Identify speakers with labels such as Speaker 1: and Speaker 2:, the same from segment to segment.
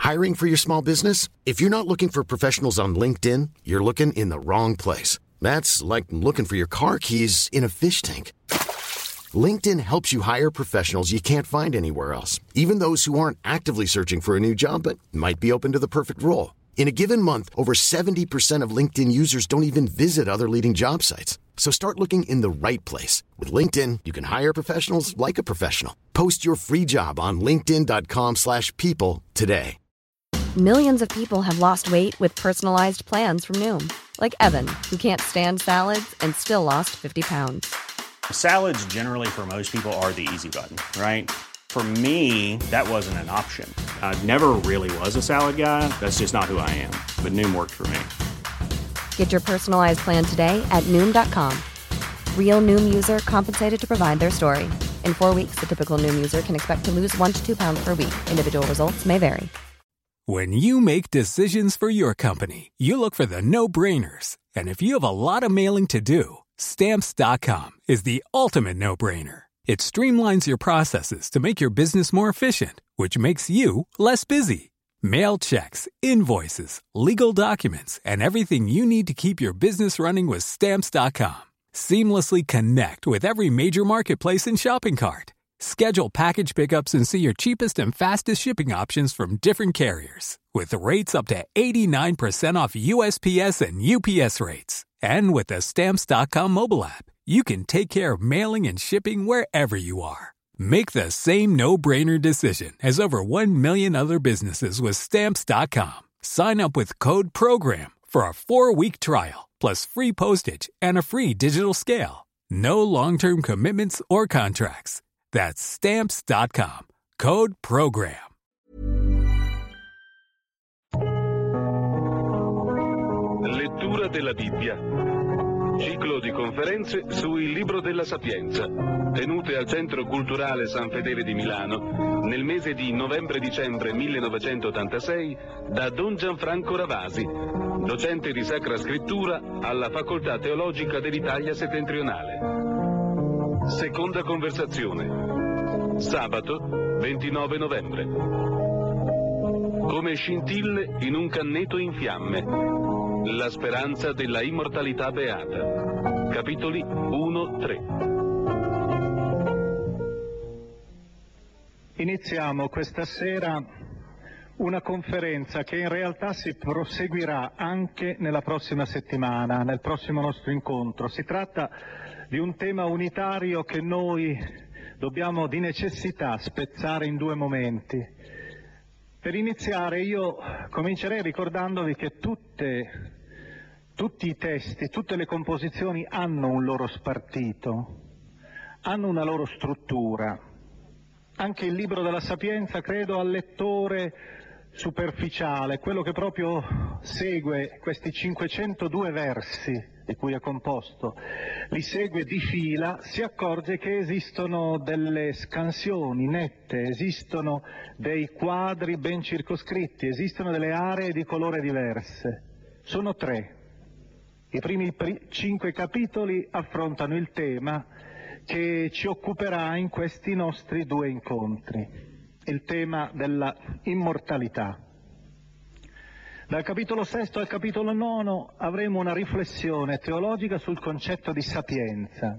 Speaker 1: Hiring for your small business? If you're not looking for professionals on LinkedIn, you're looking in the wrong place. That's like looking for your car keys in a fish tank. LinkedIn helps you hire professionals you can't find anywhere else, even those who aren't actively searching for a new job but might be open to the perfect role. In a given month, over 70% of LinkedIn users don't even visit other leading job sites. So start looking in the right place. With LinkedIn, you can hire professionals like a professional. Post your free job on linkedin.com/people today.
Speaker 2: Millions of people have lost weight with personalized plans from Noom. Like Evan, who can't stand salads and still lost 50 pounds.
Speaker 3: Salads generally for most people are the easy button, right? For me, that wasn't an option. I never really was a salad guy. That's just not who I am. But Noom worked for me.
Speaker 2: Get your personalized plan today at Noom.com. Real Noom user compensated to provide their story. In 4 weeks, the typical Noom user can expect to lose 1 to 2 pounds per week. Individual results may vary.
Speaker 4: When you make decisions for your company, you look for the no-brainers. And if you have a lot of mailing to do, Stamps.com is the ultimate no-brainer. It streamlines your processes to make your business more efficient, which makes you less busy. Mail checks, invoices, legal documents, and everything you need to keep your business running with Stamps.com. Seamlessly connect with every major marketplace and shopping cart. Schedule package pickups and see your cheapest and fastest shipping options from different carriers, with rates up to 89% off USPS and UPS rates. And with the Stamps.com mobile app, you can take care of mailing and shipping wherever you are. Make the same no-brainer decision as over 1 million other businesses with Stamps.com. Sign up with code PROGRAM for a 4-week trial, plus free postage and a free digital scale. No long-term commitments or contracts. That's Stamps.com. Code PROGRAM.
Speaker 5: Lettura della Bibbia. Ciclo di conferenze su Il Libro della Sapienza, tenute al Centro Culturale San Fedele di Milano nel mese di novembre-dicembre 1986 da Don Gianfranco Ravasi, docente di Sacra Scrittura alla Facoltà Teologica dell'Italia Settentrionale. Seconda conversazione. Sabato 29 novembre. Come scintille in un canneto in fiamme. La speranza della immortalità beata. Capitoli 1-3.
Speaker 6: Iniziamo questa sera una conferenza che in realtà si proseguirà anche nella prossima settimana, nel prossimo nostro incontro. Si tratta di un tema unitario che noi dobbiamo di necessità spezzare in 2 momenti. Per iniziare io comincerei ricordandovi che tutti i testi, tutte le composizioni hanno un loro spartito, hanno una loro struttura. Anche il Libro della Sapienza, credo, al lettore superficiale, quello che proprio segue questi 502 versi di cui è composto, li segue di fila, si accorge che esistono delle scansioni nette, esistono dei quadri ben circoscritti, esistono delle aree di colore diverse. Sono 3. I primi 5 capitoli affrontano il tema che ci occuperà in questi nostri 2 incontri, il tema della immortalità. Dal capitolo 6 al capitolo 9 avremo una riflessione teologica sul concetto di sapienza.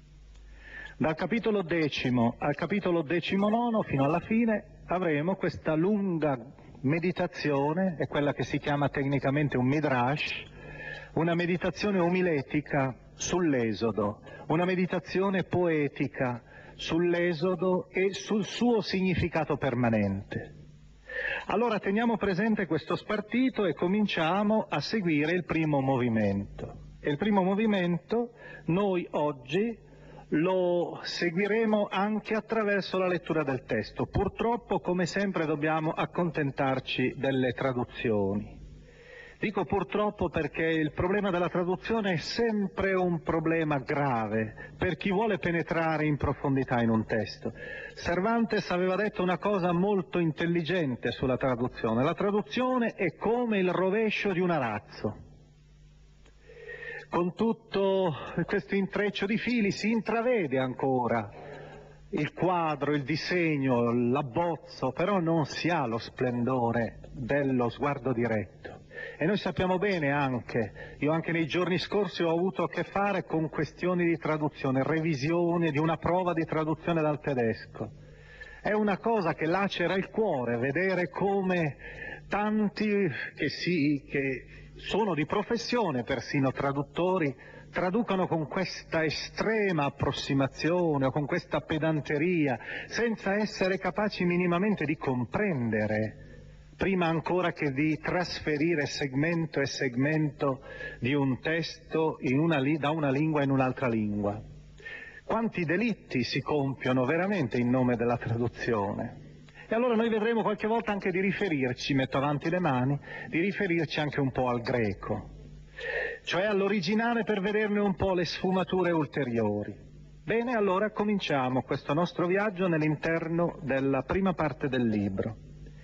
Speaker 6: Dal capitolo 10 al capitolo 19 fino alla fine avremo questa lunga meditazione, è quella che si chiama tecnicamente un midrash, una meditazione omiletica sull'Esodo, una meditazione poetica sull'Esodo e sul suo significato permanente. Allora teniamo presente questo spartito e cominciamo a seguire il primo movimento. E il primo movimento noi oggi lo seguiremo anche attraverso la lettura del testo. Purtroppo, come sempre, dobbiamo accontentarci delle traduzioni. Dico purtroppo perché il problema della traduzione è sempre un problema grave per chi vuole penetrare in profondità in un testo. Cervantes aveva detto una cosa molto intelligente sulla traduzione. La traduzione è come il rovescio di un arazzo. Con tutto questo intreccio di fili si intravede ancora il quadro, il disegno, l'abbozzo, però non si ha lo splendore dello sguardo diretto. E noi sappiamo bene io anche nei giorni scorsi ho avuto a che fare con questioni di traduzione, revisione di una prova di traduzione dal tedesco. È una cosa che lacera il cuore, vedere come tanti che sono di professione, persino traduttori, traducono con questa estrema approssimazione o con questa pedanteria, senza essere capaci minimamente di comprendere, prima ancora che di trasferire segmento e segmento di un testo da una lingua in un'altra lingua. Quanti delitti si compiono veramente in nome della traduzione? E allora noi vedremo qualche volta anche di riferirci, metto avanti le mani, di riferirci anche un po' al greco, cioè all'originale, per vederne un po' le sfumature ulteriori. Bene, allora cominciamo questo nostro viaggio nell'interno della prima parte del libro.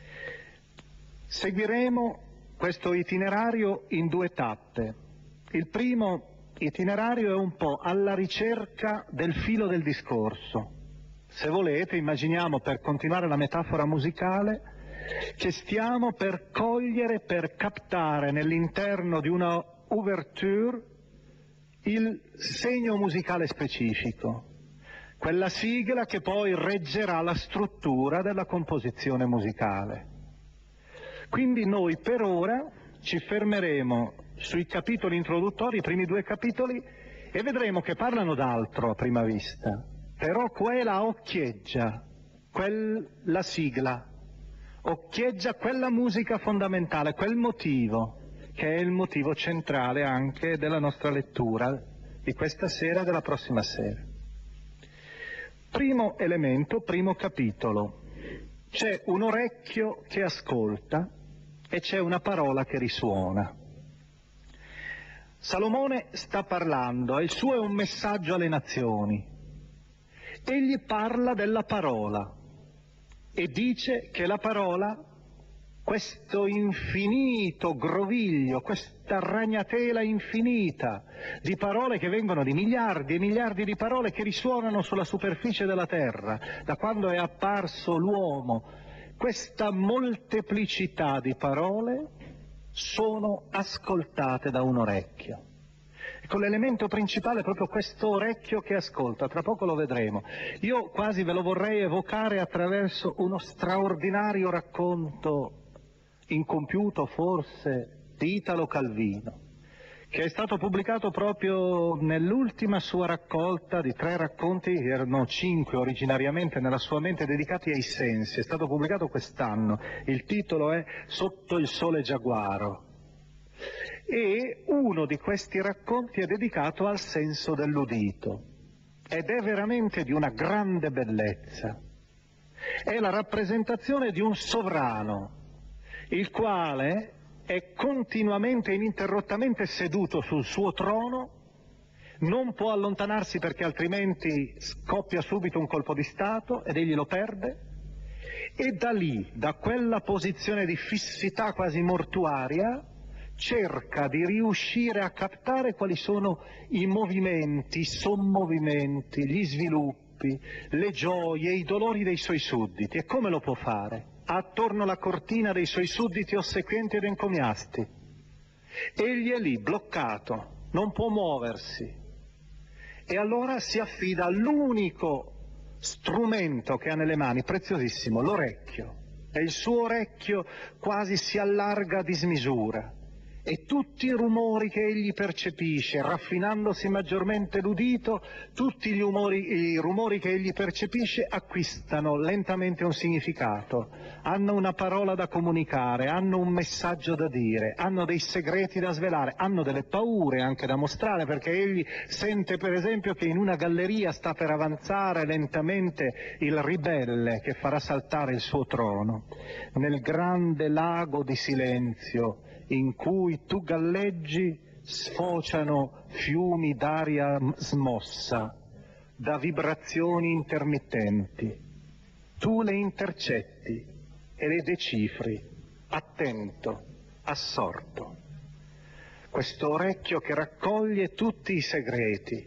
Speaker 6: Seguiremo questo itinerario in 2 tappe. Il primo itinerario è un po' alla ricerca del filo del discorso. Se volete, immaginiamo, per continuare la metafora musicale, che stiamo per cogliere, per captare nell'interno di una ouverture il segno musicale specifico, quella sigla che poi reggerà la struttura della composizione musicale. Quindi noi per ora ci fermeremo sui capitoli introduttori, i primi 2 capitoli, e vedremo che parlano d'altro a prima vista, però quella occhieggia, la sigla, occhieggia quella musica fondamentale, quel motivo, che è il motivo centrale anche della nostra lettura di questa sera e della prossima sera. Primo elemento, primo capitolo. C'è un orecchio che ascolta e c'è una parola che risuona. Salomone sta parlando, e il suo è un messaggio alle nazioni. Egli parla della parola e dice che la parola, questo infinito groviglio, questa ragnatela infinita di parole che vengono di miliardi e miliardi di parole che risuonano sulla superficie della terra, da quando è apparso l'uomo, questa molteplicità di parole sono ascoltate da un orecchio. Ecco, l'elemento principale è proprio questo orecchio che ascolta, tra poco lo vedremo. Io quasi ve lo vorrei evocare attraverso uno straordinario racconto incompiuto forse di Italo Calvino, che è stato pubblicato proprio nell'ultima sua raccolta di 3 racconti, erano 5 originariamente nella sua mente, dedicati ai sensi. È stato pubblicato quest'anno, il titolo è Sotto il sole giaguaro, e uno di questi racconti è dedicato al senso dell'udito, ed è veramente di una grande bellezza. È la rappresentazione di un sovrano, il quale è continuamente e ininterrottamente seduto sul suo trono, non può allontanarsi perché altrimenti scoppia subito un colpo di Stato ed egli lo perde, e da lì, da quella posizione di fissità quasi mortuaria, cerca di riuscire a captare quali sono i movimenti, i sommovimenti, gli sviluppi, le gioie, i dolori dei suoi sudditi. E come lo può fare? Ha attorno la cortina dei suoi sudditi ossequienti ed encomiasti. Egli è lì, bloccato, non può muoversi. E allora si affida all'unico strumento che ha nelle mani, preziosissimo, l'orecchio. E il suo orecchio quasi si allarga a dismisura. E tutti i rumori che egli percepisce, raffinandosi maggiormente l'udito, tutti i rumori che egli percepisce acquistano lentamente un significato, hanno una parola da comunicare, hanno un messaggio da dire, hanno dei segreti da svelare, hanno delle paure anche da mostrare, perché egli sente per esempio che in una galleria sta per avanzare lentamente il ribelle che farà saltare il suo trono. Nel grande lago di silenzio in cui tu galleggi sfociano fiumi d'aria smossa da vibrazioni intermittenti. Tu le intercetti e le decifri, attento, assorto. Questo orecchio che raccoglie tutti i segreti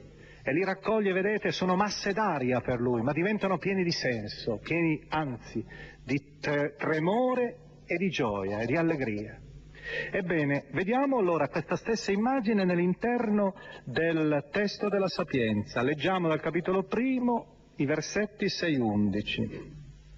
Speaker 6: e li raccoglie, vedete, sono masse d'aria per lui, ma diventano pieni di senso, pieni anzi di tremore e di gioia e di allegria. Ebbene, vediamo allora questa stessa immagine nell'interno del testo della Sapienza. Leggiamo dal capitolo 1 i versetti 6-11.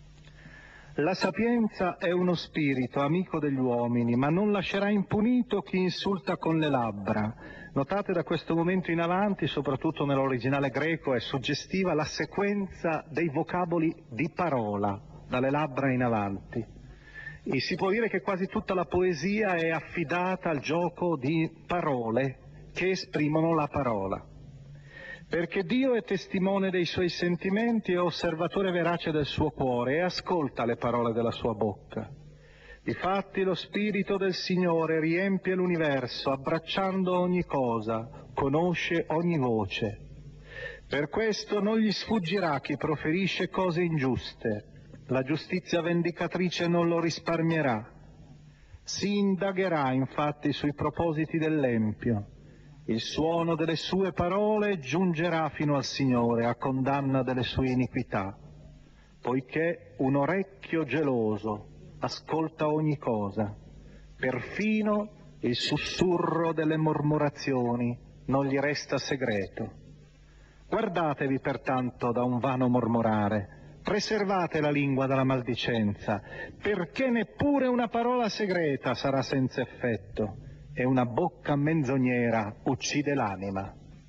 Speaker 6: La sapienza è uno spirito amico degli uomini, ma non lascerà impunito chi insulta con le labbra. Notate da questo momento in avanti, soprattutto nell'originale greco, è suggestiva la sequenza dei vocaboli di parola, dalle labbra in avanti. E si può dire che quasi tutta la poesia è affidata al gioco di parole che esprimono la parola. Perché Dio è testimone dei suoi sentimenti e osservatore verace del suo cuore e ascolta le parole della sua bocca. Difatti lo Spirito del Signore riempie l'universo, abbracciando ogni cosa, conosce ogni voce. Per questo non gli sfuggirà chi proferisce cose ingiuste, la giustizia vendicatrice non lo risparmierà. Si indagherà infatti sui propositi dell'empio. Il suono delle sue parole giungerà fino al Signore a condanna delle sue iniquità, poiché un orecchio geloso ascolta ogni cosa, perfino il sussurro delle mormorazioni non gli resta segreto. Guardatevi pertanto da un vano mormorare, preservate la lingua dalla maldicenza, perché neppure una parola segreta sarà senza effetto, e una bocca menzognera uccide l'anima.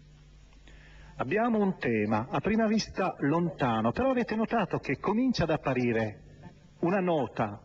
Speaker 6: Abbiamo un tema a prima vista lontano, però avete notato che comincia ad apparire una nota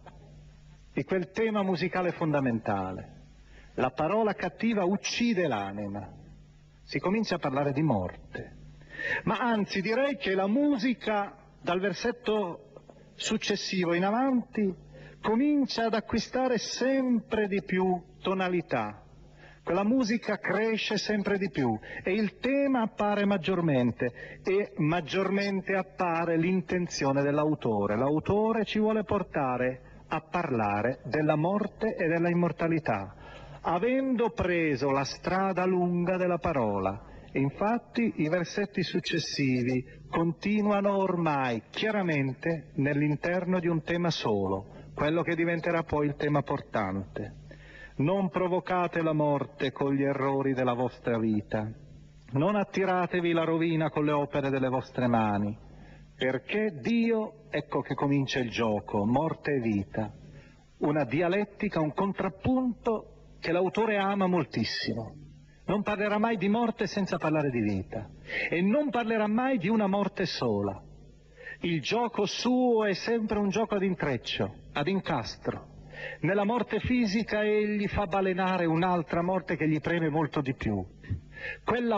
Speaker 6: di quel tema musicale fondamentale. La parola cattiva uccide l'anima. Si comincia a parlare di morte. Ma anzi direi che la musica dal versetto successivo in avanti comincia ad acquistare sempre di più tonalità. Quella musica cresce sempre di più e il tema appare maggiormente e maggiormente appare l'intenzione dell'autore. L'autore ci vuole portare a parlare della morte e della immortalità, avendo preso la strada lunga della parola. Infatti i versetti successivi continuano ormai chiaramente nell'interno di un tema solo, quello che diventerà poi il tema portante. Non provocate la morte con gli errori della vostra vita, non attiratevi la rovina con le opere delle vostre mani, perché Dio, ecco che comincia il gioco, morte e vita, una dialettica, un contrappunto che l'autore ama moltissimo. Non parlerà mai di morte senza parlare di vita e non parlerà mai di una morte sola. Il gioco suo è sempre un gioco ad intreccio, ad incastro. Nella morte fisica egli fa balenare un'altra morte che gli preme molto di più. Quella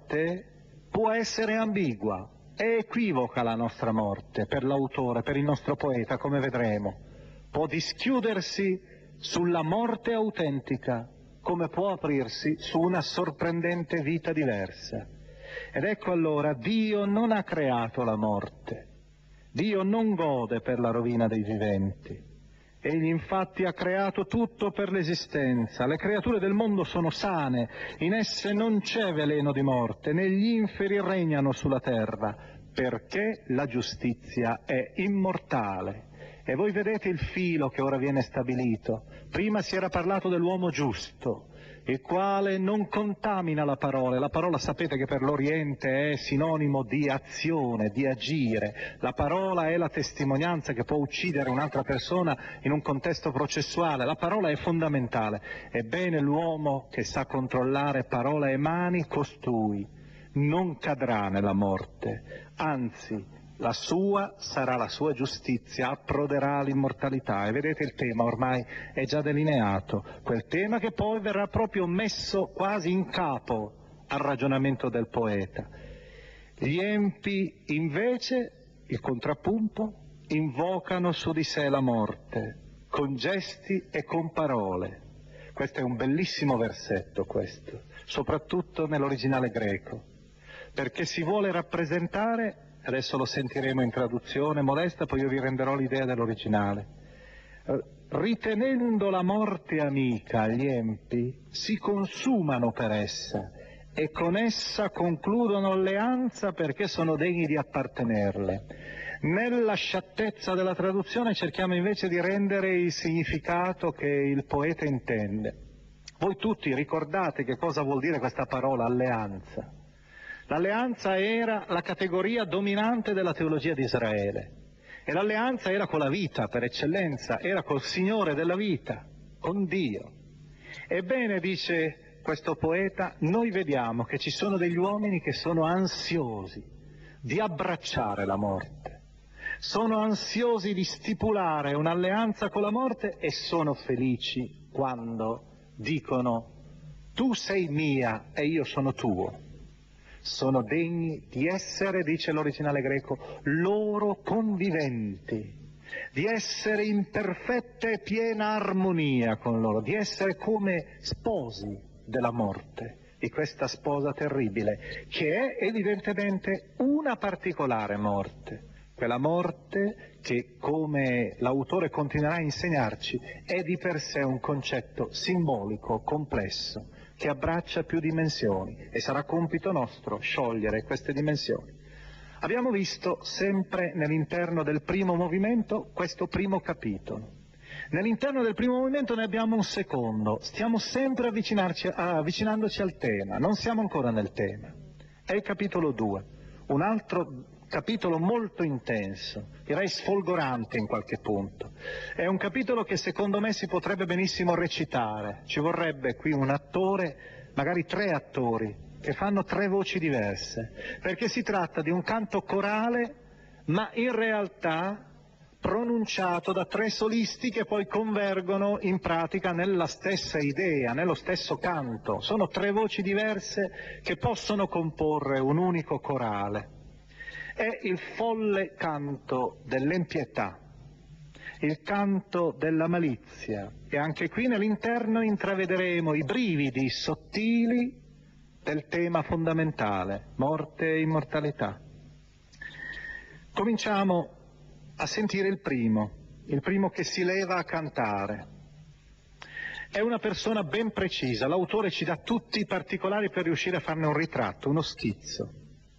Speaker 6: morte può essere ambigua, è equivoca la nostra morte per l'autore, per il nostro poeta, come vedremo. Può dischiudersi sulla morte autentica, come può aprirsi su una sorprendente vita diversa. Ed ecco allora, Dio non ha creato la morte. Dio non gode per la rovina dei viventi. Egli infatti ha creato tutto per l'esistenza. Le creature del mondo sono sane, in esse non c'è veleno di morte, né gli inferi regnano sulla terra, perché la giustizia è immortale. E voi vedete il filo che ora viene stabilito. Prima si era parlato dell'uomo giusto, il quale non contamina la parola. La parola sapete che per l'Oriente è sinonimo di azione, di agire. La parola è la testimonianza che può uccidere un'altra persona in un contesto processuale. La parola è fondamentale. Ebbene l'uomo che sa controllare parola e mani, costui non cadrà nella morte, anzi la sua sarà la sua giustizia, approderà all'immortalità. E vedete il tema ormai è già delineato, quel tema che poi verrà proprio messo quasi in capo al ragionamento del poeta. Gli empi invece, il contrappunto, invocano su di sé la morte, con gesti e con parole. Questo è un bellissimo versetto, questo, soprattutto nell'originale greco, perché si vuole rappresentare, adesso lo sentiremo in traduzione modesta, poi io vi renderò l'idea dell'originale. Ritenendo la morte amica, gli empi si consumano per essa e con essa concludono alleanza perché sono degni di appartenerle. Nella sciattezza della traduzione cerchiamo invece di rendere il significato che il poeta intende. Voi tutti ricordate che cosa vuol dire questa parola alleanza? L'alleanza era la categoria dominante della teologia di Israele e l'alleanza era con la vita per eccellenza, era col Signore della vita, con Dio. Ebbene, dice questo poeta, noi vediamo che ci sono degli uomini che sono ansiosi di abbracciare la morte, sono ansiosi di stipulare un'alleanza con la morte e sono felici quando dicono tu sei mia e io sono tuo. Sono degni di essere, dice l'originale greco, loro conviventi, di essere in perfetta e piena armonia con loro, di essere come sposi della morte, di questa sposa terribile, che è evidentemente una particolare morte, quella morte che, come l'autore continuerà a insegnarci, è di per sé un concetto simbolico, complesso, che abbraccia più dimensioni e sarà compito nostro sciogliere queste dimensioni. Abbiamo visto sempre nell'interno del primo movimento questo primo capitolo. Nell'interno del primo movimento ne abbiamo un secondo, stiamo sempre avvicinandoci al tema, non siamo ancora nel tema. È il capitolo 2, un altro capitolo molto intenso, direi sfolgorante in qualche punto. È un capitolo che secondo me si potrebbe benissimo recitare, ci vorrebbe qui un attore, magari 3 attori, che fanno 3 voci diverse, perché si tratta di un canto corale, ma in realtà pronunciato da 3 solisti che poi convergono in pratica nella stessa idea, nello stesso canto. Sono 3 voci diverse che possono comporre un unico corale. È il folle canto dell'impietà, il canto della malizia, e anche qui nell'interno intravederemo i brividi sottili del tema fondamentale, morte e immortalità. Cominciamo a sentire il primo che si leva a cantare. È una persona ben precisa, l'autore ci dà tutti i particolari per riuscire a farne un ritratto, uno schizzo.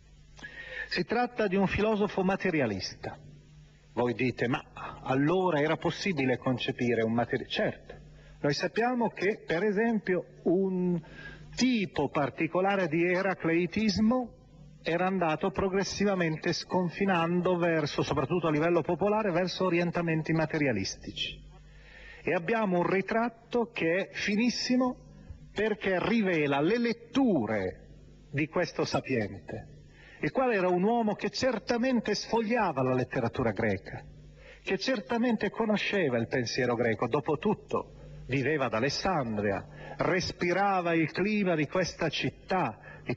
Speaker 6: Si tratta di un filosofo materialista. Voi dite, ma allora era possibile concepire un materialista? Certo, noi sappiamo che per esempio un tipo particolare di eracleitismo era andato progressivamente sconfinando verso, soprattutto a livello popolare, verso orientamenti materialistici. E abbiamo un ritratto che è finissimo perché rivela le letture di questo sapiente, il quale era un uomo che certamente sfogliava la letteratura greca, che certamente conosceva il pensiero greco, dopotutto viveva ad Alessandria, respirava il clima di questa città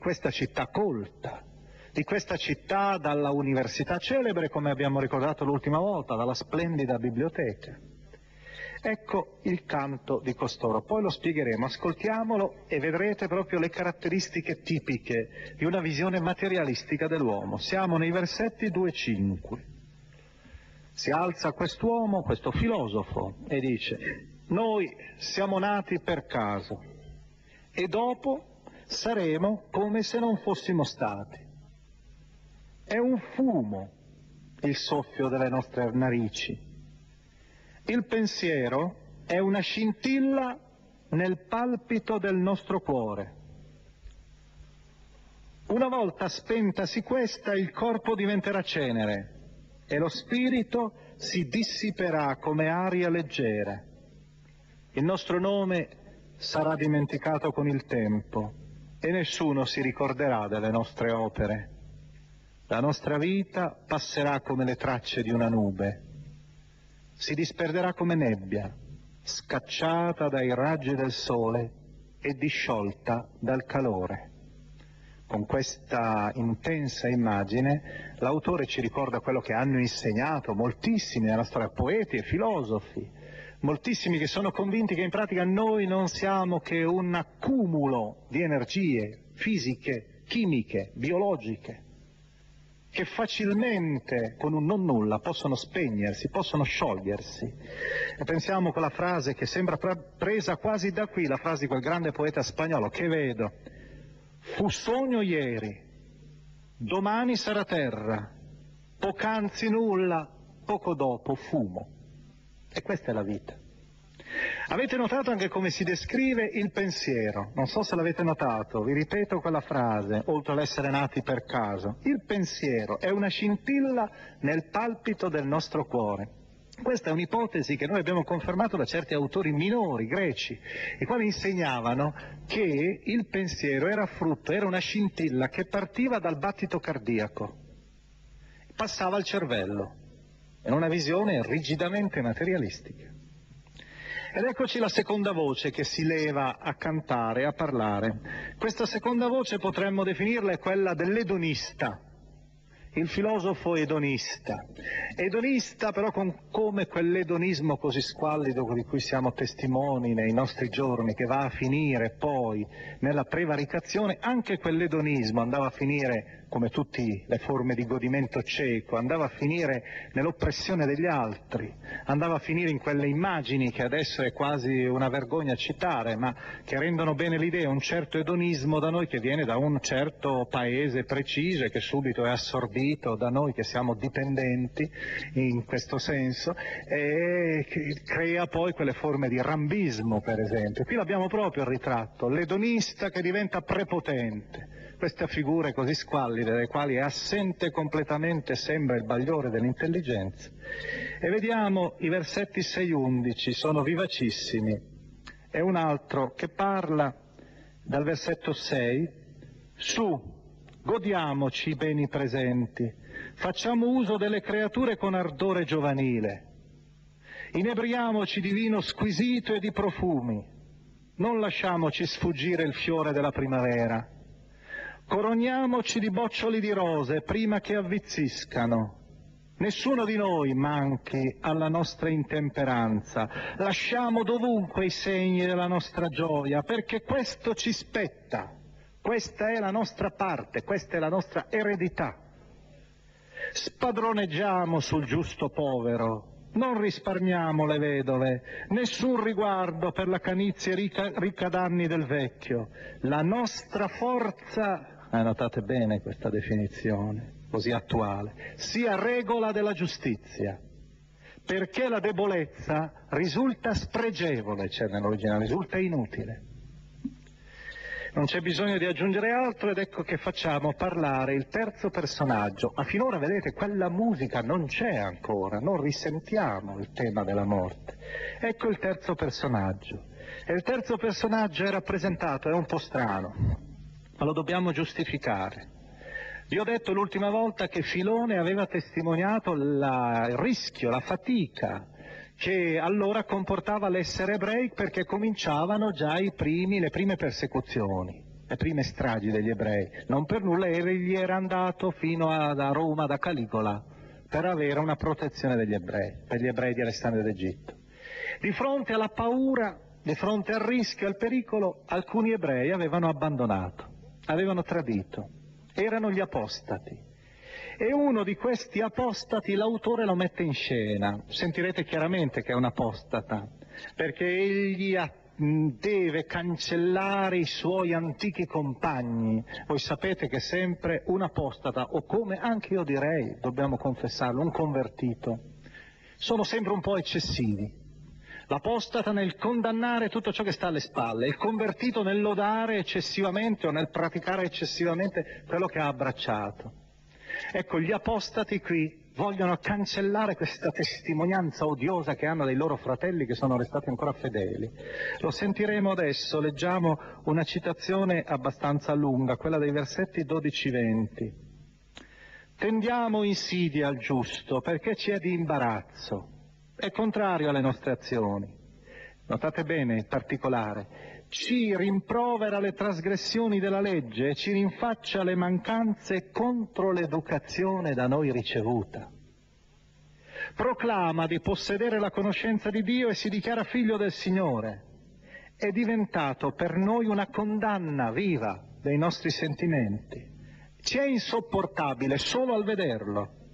Speaker 6: colta, di questa città dalla università celebre, come abbiamo ricordato l'ultima volta, dalla splendida biblioteca. Ecco il canto di costoro, poi lo spiegheremo, ascoltiamolo e vedrete proprio le caratteristiche tipiche di una visione materialistica dell'uomo. Siamo nei versetti 2-5. Si alza quest'uomo, questo filosofo, e dice: noi siamo nati per caso e dopo saremo come se non fossimo stati. È un fumo il soffio delle nostre narici. Il pensiero è una scintilla nel palpito del nostro cuore. Una volta spentasi questa, il corpo diventerà cenere e lo spirito si dissiperà come aria leggera. Il nostro nome sarà dimenticato con il tempo e nessuno si ricorderà delle nostre opere. La nostra vita passerà come le tracce di una nube. Si disperderà come nebbia, scacciata dai raggi del sole e disciolta dal calore. Con questa intensa immagine l'autore ci ricorda quello che hanno insegnato moltissimi nella storia, poeti e filosofi, moltissimi che sono convinti che in pratica noi non siamo che un accumulo di energie fisiche, chimiche, biologiche, che facilmente con un non nulla possono spegnersi, possono sciogliersi. E pensiamo a quella frase che sembra presa quasi da qui, la frase di quel grande poeta spagnolo, che vedo, fu sogno ieri, domani sarà terra, poc'anzi nulla, poco dopo fumo. E questa è la vita. Avete notato anche come si descrive il pensiero? Non so se l'avete notato, vi ripeto quella frase, oltre all'essere nati per caso. Il pensiero è una scintilla nel palpito del nostro cuore. Questa è un'ipotesi che noi abbiamo confermato da certi autori minori, greci, i quali insegnavano che il pensiero era frutto, era una scintilla che partiva dal battito cardiaco, passava al cervello, in una visione rigidamente materialistica. Ed eccoci la seconda voce che si leva a cantare, a parlare. Questa seconda voce potremmo definirla quella dell'edonista, il filosofo edonista. Edonista però come quell'edonismo così squallido di cui siamo testimoni nei nostri giorni, che va a finire poi nella prevaricazione. Anche quell'edonismo andava a finire, come tutte le forme di godimento cieco, andava a finire nell'oppressione degli altri, andava a finire in quelle immagini che adesso è quasi una vergogna citare, ma che rendono bene l'idea, un certo edonismo da noi che viene da un certo paese preciso e che subito è assorbito da noi che siamo dipendenti in questo senso, e che crea poi quelle forme di rambismo, per esempio. Qui l'abbiamo proprio il ritratto, l'edonista che diventa prepotente. Queste figure così squallide, dai quali è assente completamente, sembra il bagliore dell'intelligenza. E vediamo i versetti 6-11, sono vivacissimi. E un altro che parla dal versetto 6, su, godiamoci i beni presenti, facciamo uso delle creature con ardore giovanile, inebriamoci di vino squisito e di profumi, non lasciamoci sfuggire il fiore della primavera, coroniamoci di boccioli di rose prima che avvizziscano. Nessuno di noi manchi alla nostra intemperanza. Lasciamo dovunque i segni della nostra gioia, perché questo ci spetta. Questa è la nostra parte, questa è la nostra eredità. Spadroneggiamo sul giusto povero, non risparmiamo le vedove, nessun riguardo per la canizia ricca d'anni del vecchio. La nostra forza... notate bene questa definizione, così attuale, sia regola della giustizia, perché la debolezza risulta spregevole, c'è nell'originale, risulta inutile. Non c'è bisogno di aggiungere altro ed ecco che facciamo parlare il terzo personaggio. Ma finora, vedete, quella musica non c'è ancora, non risentiamo il tema della morte. Ecco il terzo personaggio. E il terzo personaggio è rappresentato, è un po' strano, ma lo dobbiamo giustificare. Vi ho detto l'ultima volta che Filone aveva testimoniato il rischio, la fatica che allora comportava l'essere ebrei, perché cominciavano già le prime persecuzioni, le prime stragi degli ebrei. Non per nulla gli era andato fino a Roma da Caligola per avere una protezione degli ebrei, per gli ebrei di Alessandria d'Egitto. Di fronte alla paura, di fronte al rischio, al pericolo, alcuni ebrei avevano abbandonato, avevano tradito, erano gli apostati. E uno di questi apostati l'autore lo mette in scena, sentirete chiaramente che è un apostata, perché egli deve cancellare i suoi antichi compagni. Voi sapete che sempre un apostata, o come anche io direi, dobbiamo confessarlo, un convertito, sono sempre un po' eccessivi. L'apostata nel condannare tutto ciò che sta alle spalle, il convertito nel lodare eccessivamente o nel praticare eccessivamente quello che ha abbracciato. Ecco, gli apostati qui vogliono cancellare questa testimonianza odiosa che hanno dei loro fratelli che sono restati ancora fedeli. Lo sentiremo adesso, leggiamo una citazione abbastanza lunga, quella dei versetti 12-20. Tendiamo insidia al giusto perché ci è di imbarazzo, è contrario alle nostre azioni. Notate bene il particolare. Ci rimprovera le trasgressioni della legge e ci rinfaccia le mancanze contro l'educazione da noi ricevuta. Proclama di possedere la conoscenza di Dio e si dichiara figlio del Signore. È diventato per noi una condanna viva dei nostri sentimenti. Ci è insopportabile solo al vederlo.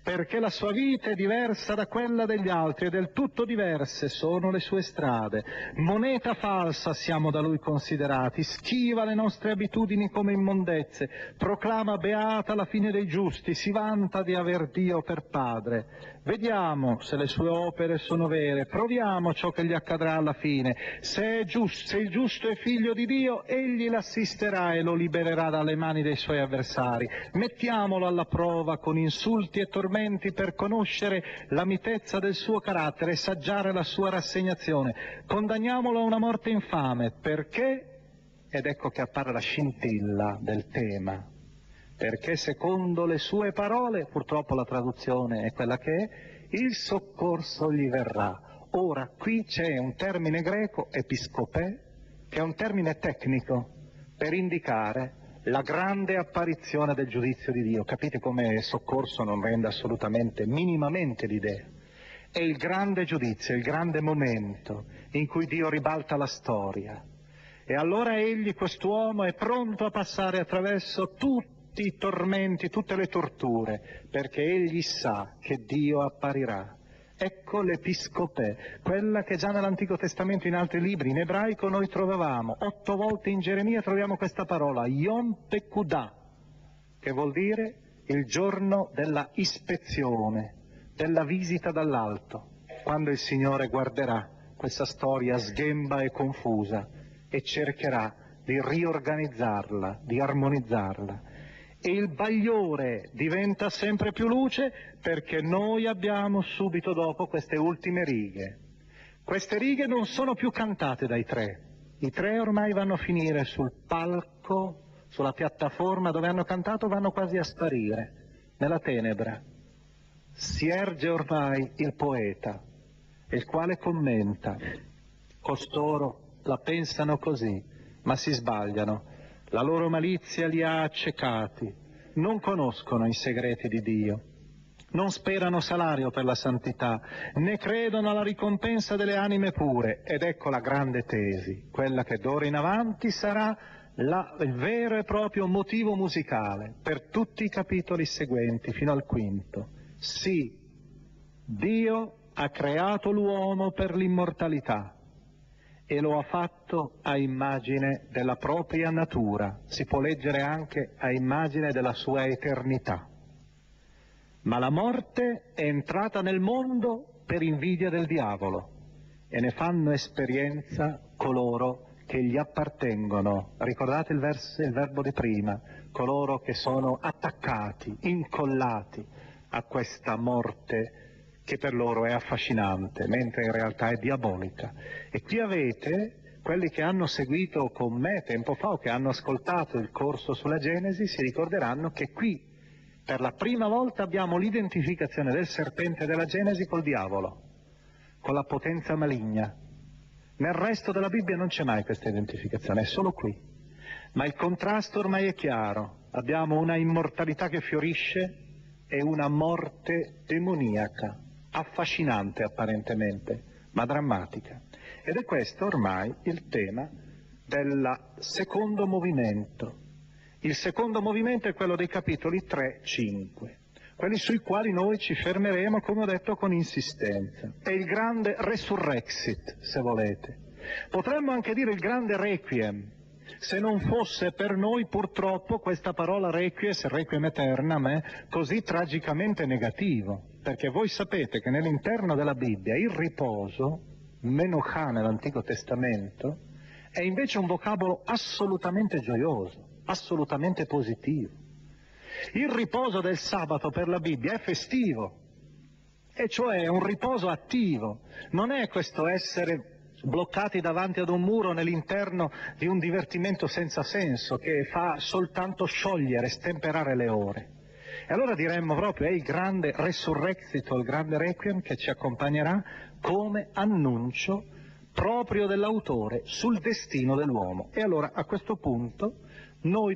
Speaker 6: perché la sua vita è diversa da quella degli altri e del tutto diverse sono le sue strade. Moneta falsa siamo da lui considerati, schiva le nostre abitudini come immondezze, proclama beata la fine dei giusti, si vanta di aver Dio per padre. Vediamo se le sue opere sono vere, proviamo ciò che gli accadrà alla fine. Se il giusto è figlio di Dio, egli l'assisterà e lo libererà dalle mani dei suoi avversari. Mettiamolo alla prova con insulti e tormenti per conoscere la mitezza del suo carattere e saggiare la sua rassegnazione. Condanniamolo a una morte infame, perché, ed ecco che appare la scintilla del tema, perché secondo le sue parole, purtroppo la traduzione è quella che è, il soccorso gli verrà. Ora, qui c'è un termine greco, episcopè, che è un termine tecnico per indicare la grande apparizione del giudizio di Dio. Capite come soccorso non rende assolutamente, minimamente l'idea. È il grande giudizio, il grande momento in cui Dio ribalta la storia. E allora egli, quest'uomo, è pronto a passare attraverso tutti i tormenti, tutte le torture, perché egli sa che Dio apparirà. Ecco l'episcopè, quella che già nell'Antico Testamento in altri libri, in ebraico noi trovavamo, 8 volte in Geremia troviamo questa parola, Yom Pekudà, che vuol dire il giorno della ispezione, della visita dall'alto, quando il Signore guarderà questa storia sghemba e confusa e cercherà di riorganizzarla, di armonizzarla. E il bagliore diventa sempre più luce perché noi abbiamo subito dopo queste ultime righe. Queste righe non sono più cantate dai tre. I tre ormai vanno a finire sul palco, sulla piattaforma dove hanno cantato, vanno quasi a sparire, nella tenebra. Si erge ormai il poeta, il quale commenta. Costoro la pensano così, ma si sbagliano. La loro malizia li ha accecati, non conoscono i segreti di Dio, non sperano salario per la santità, né credono alla ricompensa delle anime pure. Ed ecco la grande tesi, quella che d'ora in avanti sarà il vero e proprio motivo musicale per tutti i capitoli seguenti, fino al 5. Sì, Dio ha creato l'uomo per l'immortalità, e lo ha fatto a immagine della propria natura, si può leggere anche a immagine della sua eternità. Ma la morte è entrata nel mondo per invidia del diavolo e ne fanno esperienza coloro che gli appartengono. Ricordate il verbo di prima, coloro che sono attaccati, incollati a questa morte che per loro è affascinante, mentre in realtà è diabolica. E qui avete quelli che hanno seguito con me tempo fa o che hanno ascoltato il corso sulla Genesi, si ricorderanno che qui per la prima volta abbiamo l'identificazione del serpente della Genesi col diavolo, con la potenza maligna. Nel resto della Bibbia non c'è mai questa identificazione, è solo qui. Ma il contrasto ormai è chiaro, abbiamo una immortalità che fiorisce e una morte demoniaca, affascinante apparentemente, ma drammatica. Ed è questo ormai il tema del secondo movimento. Il secondo movimento è quello dei capitoli 3-5, quelli sui quali noi ci fermeremo, come ho detto, con insistenza. È il grande resurrexit, se volete. Potremmo anche dire il grande requiem, se non fosse per noi purtroppo questa parola requies, requiem aeternam, così tragicamente negativo, perché voi sapete che nell'interno della Bibbia il riposo, Menuchà nell'Antico Testamento, è invece un vocabolo assolutamente gioioso, assolutamente positivo. Il riposo del sabato per la Bibbia è festivo, e cioè è un riposo attivo, non è questo essere bloccati davanti ad un muro nell'interno di un divertimento senza senso che fa soltanto sciogliere, stemperare le ore. E allora diremmo proprio è il grande resurrexit o il grande requiem che ci accompagnerà come annuncio proprio dell'autore sul destino dell'uomo. E allora a questo punto noi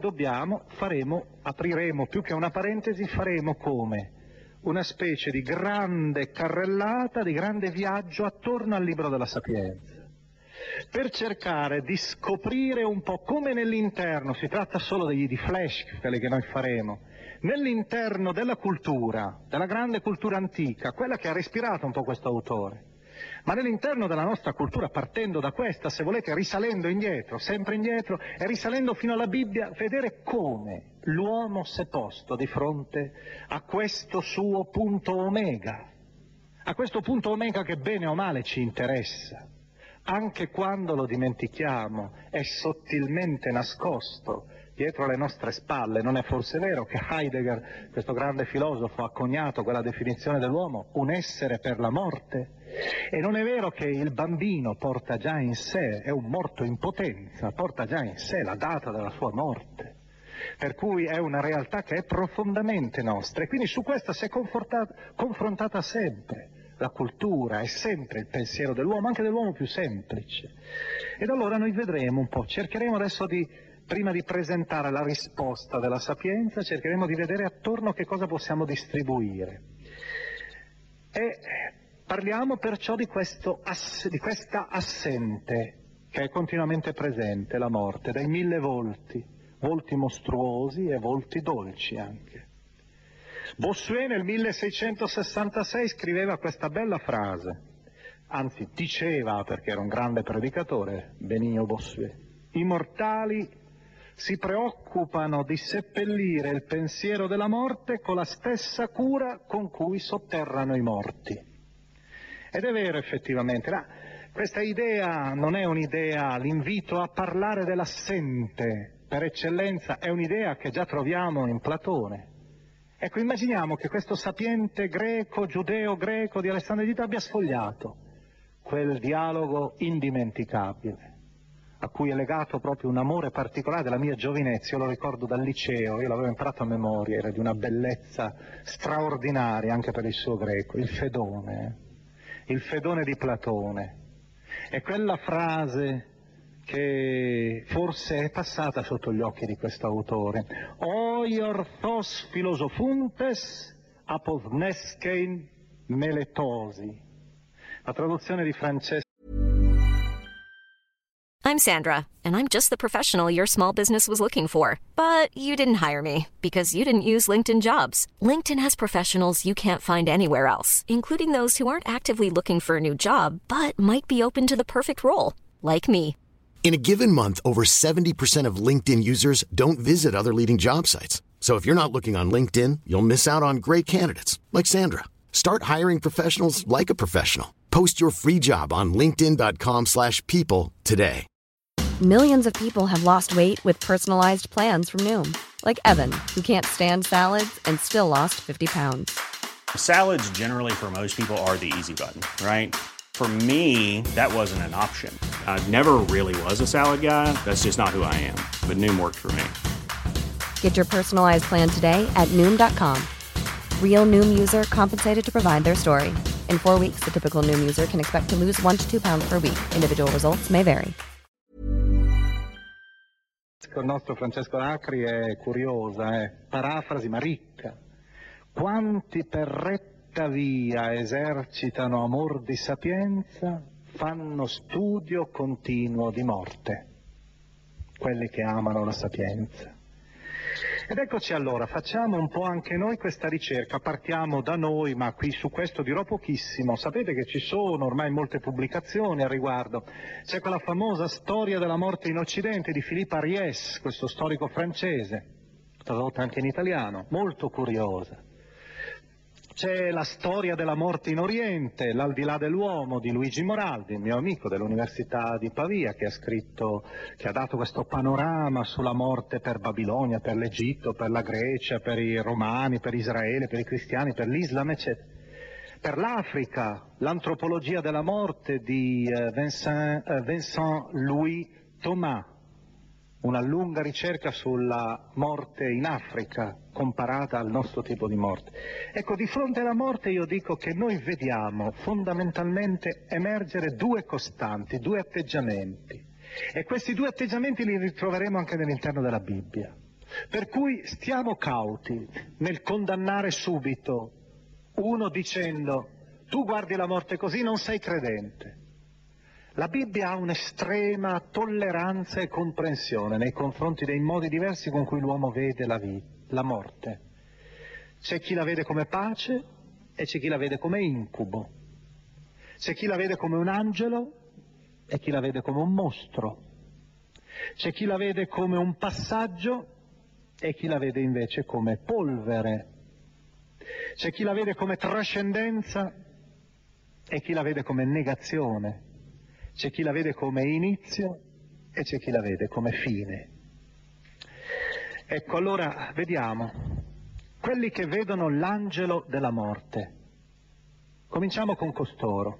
Speaker 6: apriremo più che una parentesi, faremo come una specie di grande carrellata, di grande viaggio attorno al libro della Sapienza, per cercare di scoprire un po' come nell'interno, si tratta solo di flash, quelli che noi faremo, nell'interno della cultura, della grande cultura antica, quella che ha respirato un po' questo autore, ma nell'interno della nostra cultura, partendo da questa, se volete, risalendo indietro, sempre indietro, e risalendo fino alla Bibbia, vedere come l'uomo si è posto di fronte a questo suo punto omega, a questo punto omega che bene o male ci interessa, anche quando lo dimentichiamo, è sottilmente nascosto dietro le nostre spalle. Non è forse vero che Heidegger, questo grande filosofo, ha coniato quella definizione dell'uomo, un essere per la morte? E non è vero che il bambino porta già in sé, è un morto in potenza, porta già in sé la data della sua morte, per cui è una realtà che è profondamente nostra, e quindi su questa si è confrontata sempre la cultura, è sempre il pensiero dell'uomo, anche dell'uomo più semplice. Ed allora noi vedremo un po', cercheremo adesso prima di presentare la risposta della Sapienza, cercheremo di vedere attorno che cosa possiamo distribuire. E parliamo perciò di questa assente che è continuamente presente, la morte, dai 1000 volti, volti mostruosi e volti dolci anche. Bossuet nel 1666 scriveva questa bella frase, anzi diceva, perché era un grande predicatore, Benigno Bossuet: i mortali si preoccupano di seppellire il pensiero della morte con la stessa cura con cui sotterrano i morti. Ed è vero effettivamente, questa idea non è un'idea, l'invito a parlare dell'assente per eccellenza è un'idea che già troviamo in Platone. Ecco, immaginiamo che questo sapiente greco, giudeo-greco di Alessandro di Hippo abbia sfogliato quel dialogo indimenticabile, a cui è legato proprio un amore particolare della mia giovinezza. Io lo ricordo dal liceo, io l'avevo imparato a memoria, era di una bellezza straordinaria anche per il suo greco, il Fedone di Platone. E quella frase che forse è passata sotto gli occhi di questo autore: «Oi orthos philosophuntes apovneskein meletosi». La traduzione di Francesco.
Speaker 7: I'm Sandra, and I'm just the professional your small business was looking for. But you didn't hire me because you didn't use LinkedIn Jobs. LinkedIn has professionals you can't find anywhere else, including those who aren't actively looking for a new job, but might be open to the perfect role, like me.
Speaker 1: In a given month, over 70% of LinkedIn users don't visit other leading job sites. So if you're not looking on LinkedIn, you'll miss out on great candidates like Sandra. Start hiring professionals like a professional. Post your free job on linkedin.com/people today.
Speaker 2: Millions of people have lost weight with personalized plans from Noom, like Evan, who can't stand salads and still lost 50 pounds.
Speaker 3: Salads generally for most people are the easy button, right? For me, that wasn't an option. I never really was a salad guy. That's just not who I am. But Noom worked for me.
Speaker 2: Get your personalized plan today at Noom.com. Real Noom user compensated to provide their story. In 4 weeks, the typical Noom user can expect to lose 1 to 2 pounds per week. Individual results may vary.
Speaker 6: Il nostro Francesco Acri è curiosa, è parafrasi ma ricca. Quanti per retta via esercitano amor di sapienza, fanno studio continuo di morte. Quelli che amano la sapienza. Ed eccoci allora, facciamo un po' anche noi questa ricerca, partiamo da noi, ma qui su questo dirò pochissimo. Sapete che ci sono ormai molte pubblicazioni al riguardo. C'è quella famosa storia della morte in Occidente di Philippe Ariès, questo storico francese, tradotta anche in italiano, molto curiosa. C'è la storia della morte in Oriente, l'Aldilà dell'uomo di Luigi Moraldi, il mio amico dell'Università di Pavia, che ha dato questo panorama sulla morte per Babilonia, per l'Egitto, per la Grecia, per i Romani, per Israele, per i cristiani, per l'Islam, eccetera. Per l'Africa, l'antropologia della morte di Vincent Louis Thomas, una lunga ricerca sulla morte in Africa comparata al nostro tipo di morte. Ecco, di fronte alla morte io dico che noi vediamo fondamentalmente emergere due costanti, due atteggiamenti, e questi due atteggiamenti li ritroveremo anche all'interno della Bibbia. Per cui stiamo cauti nel condannare subito uno dicendo: tu guardi la morte così, non sei credente. La Bibbia ha un'estrema tolleranza e comprensione nei confronti dei modi diversi con cui l'uomo vede la morte. C'è chi la vede come pace e c'è chi la vede come incubo. C'è chi la vede come un angelo e chi la vede come un mostro. C'è chi la vede come un passaggio e chi la vede invece come polvere. C'è chi la vede come trascendenza e chi la vede come negazione. C'è chi la vede come inizio e c'è chi la vede come fine. Ecco, allora vediamo quelli che vedono l'angelo della morte. Cominciamo con costoro.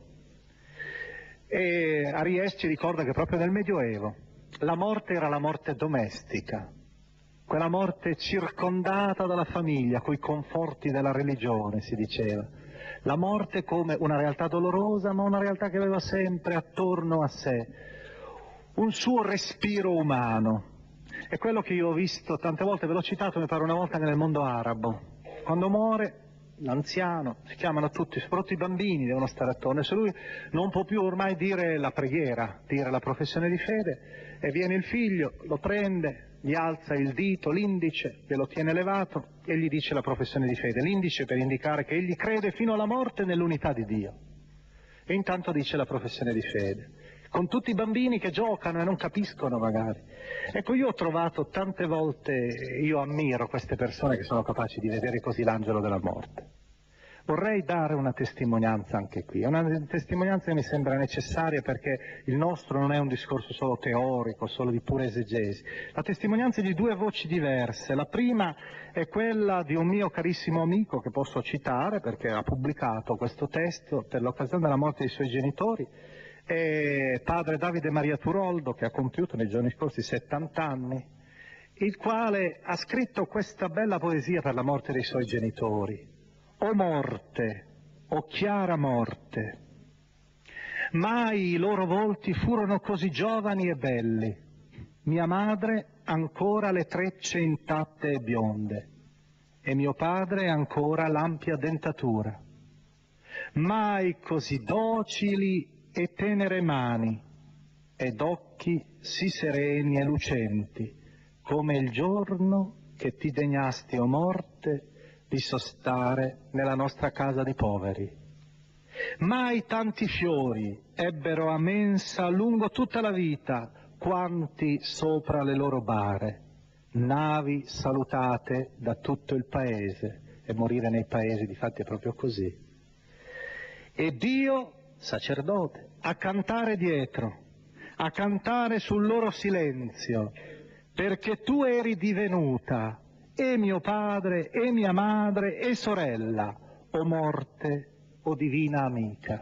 Speaker 6: E Aries ci ricorda che proprio nel Medioevo la morte era la morte domestica, quella morte circondata dalla famiglia, coi conforti della religione, si diceva. La morte come una realtà dolorosa, ma una realtà che aveva sempre attorno a sé un suo respiro umano. È quello che io ho visto tante volte, ve l'ho citato, mi pare una volta nel mondo arabo. Quando muore l'anziano, si chiamano tutti, soprattutto i bambini devono stare attorno, e se lui non può più ormai dire la preghiera, dire la professione di fede, e viene il figlio, lo prende, gli alza il dito, l'indice, glielo tiene levato e gli dice la professione di fede, l'indice per indicare che egli crede fino alla morte nell'unità di Dio, e intanto dice la professione di fede, con tutti i bambini che giocano e non capiscono magari. Ecco, io ho trovato tante volte, io ammiro queste persone che sono capaci di vedere così l'angelo della morte. Vorrei dare una testimonianza anche qui, è una testimonianza che mi sembra necessaria perché il nostro non è un discorso solo teorico, solo di pura esegesi. La testimonianza è di due voci diverse. La prima è quella di un mio carissimo amico che posso citare perché ha pubblicato questo testo per l'occasione della morte dei suoi genitori, è padre Davide Maria Turoldo, che ha compiuto nei giorni scorsi 70 anni, il quale ha scritto questa bella poesia per la morte dei suoi genitori. O morte, o chiara morte, mai i loro volti furono così giovani e belli, mia madre ancora le trecce intatte e bionde, e mio padre ancora l'ampia dentatura, mai così docili e tenere mani, ed occhi sì sereni e lucenti, come il giorno che ti degnasti, o morte, di sostare nella nostra casa di poveri. Mai tanti fiori ebbero a mensa lungo tutta la vita, quanti sopra le loro bare, navi salutate da tutto il paese, e morire nei paesi difatti è proprio così. E Dio, sacerdote, a cantare dietro, a cantare sul loro silenzio, perché tu eri divenuta e mio padre, e mia madre, e sorella, o morte, o divina amica.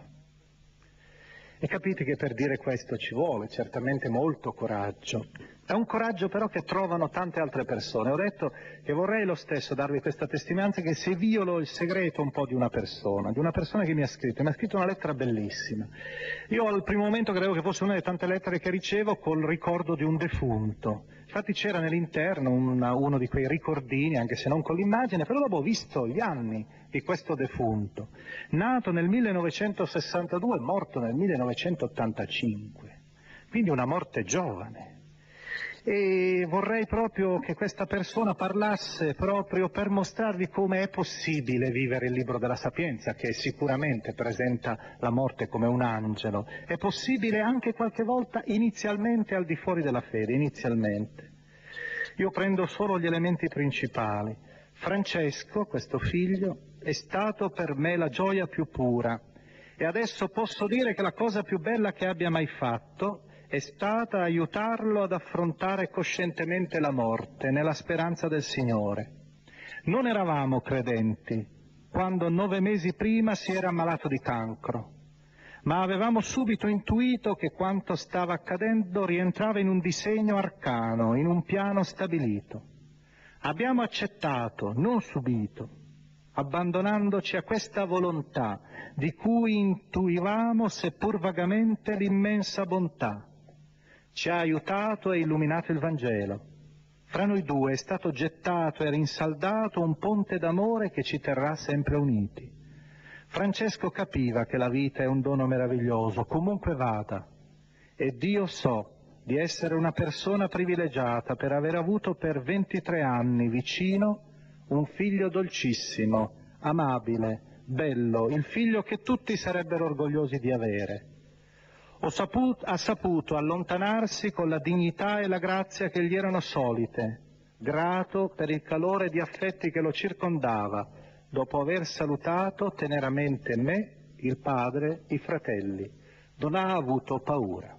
Speaker 6: E capite che per dire questo ci vuole certamente molto coraggio. È un coraggio però che trovano tante altre persone. Ho detto che vorrei lo stesso darvi questa testimonianza, che se violo il segreto un po' di una persona che mi ha scritto una lettera bellissima. Io al primo momento credevo che fosse una delle tante lettere che ricevo col ricordo di un defunto. Infatti c'era nell'interno uno di quei ricordini, anche se non con l'immagine, però dopo ho visto gli anni di questo defunto, nato nel 1962, morto nel 1985, quindi una morte giovane. E vorrei proprio che questa persona parlasse proprio per mostrarvi come è possibile vivere il libro della Sapienza, che sicuramente presenta la morte come un angelo. È possibile anche qualche volta inizialmente al di fuori della fede, inizialmente. Io prendo solo gli elementi principali. Francesco, questo figlio, è stato per me la gioia più pura, e adesso posso dire che la cosa più bella che abbia mai fatto è stata aiutarlo ad affrontare coscientemente la morte nella speranza del Signore. Non eravamo credenti quando 9 mesi prima si era ammalato di cancro, ma avevamo subito intuito che quanto stava accadendo rientrava in un disegno arcano, in un piano stabilito. Abbiamo accettato, non subito, abbandonandoci a questa volontà di cui intuivamo, seppur vagamente, l'immensa bontà. Ci ha aiutato e illuminato il Vangelo. Fra noi due è stato gettato e rinsaldato un ponte d'amore che ci terrà sempre uniti. Francesco capiva che la vita è un dono meraviglioso, comunque vada, e Dio so di essere una persona privilegiata per aver avuto per 23 anni vicino un figlio dolcissimo, amabile, bello, il figlio che tutti sarebbero orgogliosi di avere. Ha saputo allontanarsi con la dignità e la grazia che gli erano solite, grato per il calore di affetti che lo circondava, dopo aver salutato teneramente me, il padre, i fratelli. Non ha avuto paura.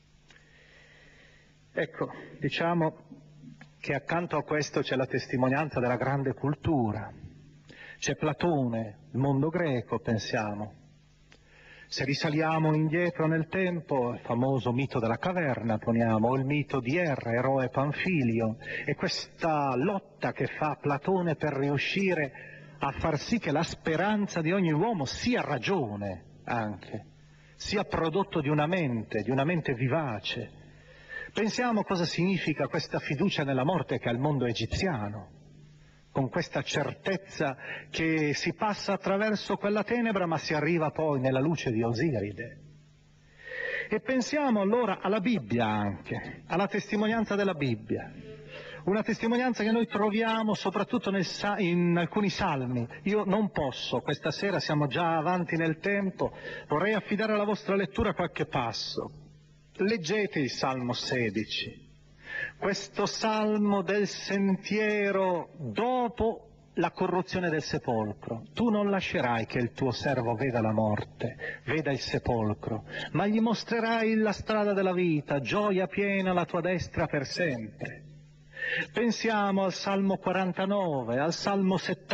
Speaker 6: Ecco, diciamo che accanto a questo c'è la testimonianza della grande cultura. C'è Platone, il mondo greco, pensiamo. Se risaliamo indietro nel tempo, il famoso mito della caverna, poniamo, o il mito di Erra, eroe Panfilio, e questa lotta che fa Platone per riuscire a far sì che la speranza di ogni uomo sia ragione anche, sia prodotto di una mente vivace. Pensiamo cosa significa questa fiducia nella morte che ha il mondo egiziano, con questa certezza che si passa attraverso quella tenebra ma si arriva poi nella luce di Osiride. E pensiamo allora alla Bibbia anche, alla testimonianza della Bibbia, una testimonianza che noi troviamo soprattutto in alcuni salmi. Io non posso, questa sera siamo già avanti nel tempo, vorrei affidare alla vostra lettura qualche passo. Leggete il Salmo 16, questo salmo del sentiero dopo la corruzione del sepolcro. Tu non lascerai che il tuo servo veda la morte, veda il sepolcro, ma gli mostrerai la strada della vita, gioia piena alla tua destra per sempre. Pensiamo al Salmo 49, al Salmo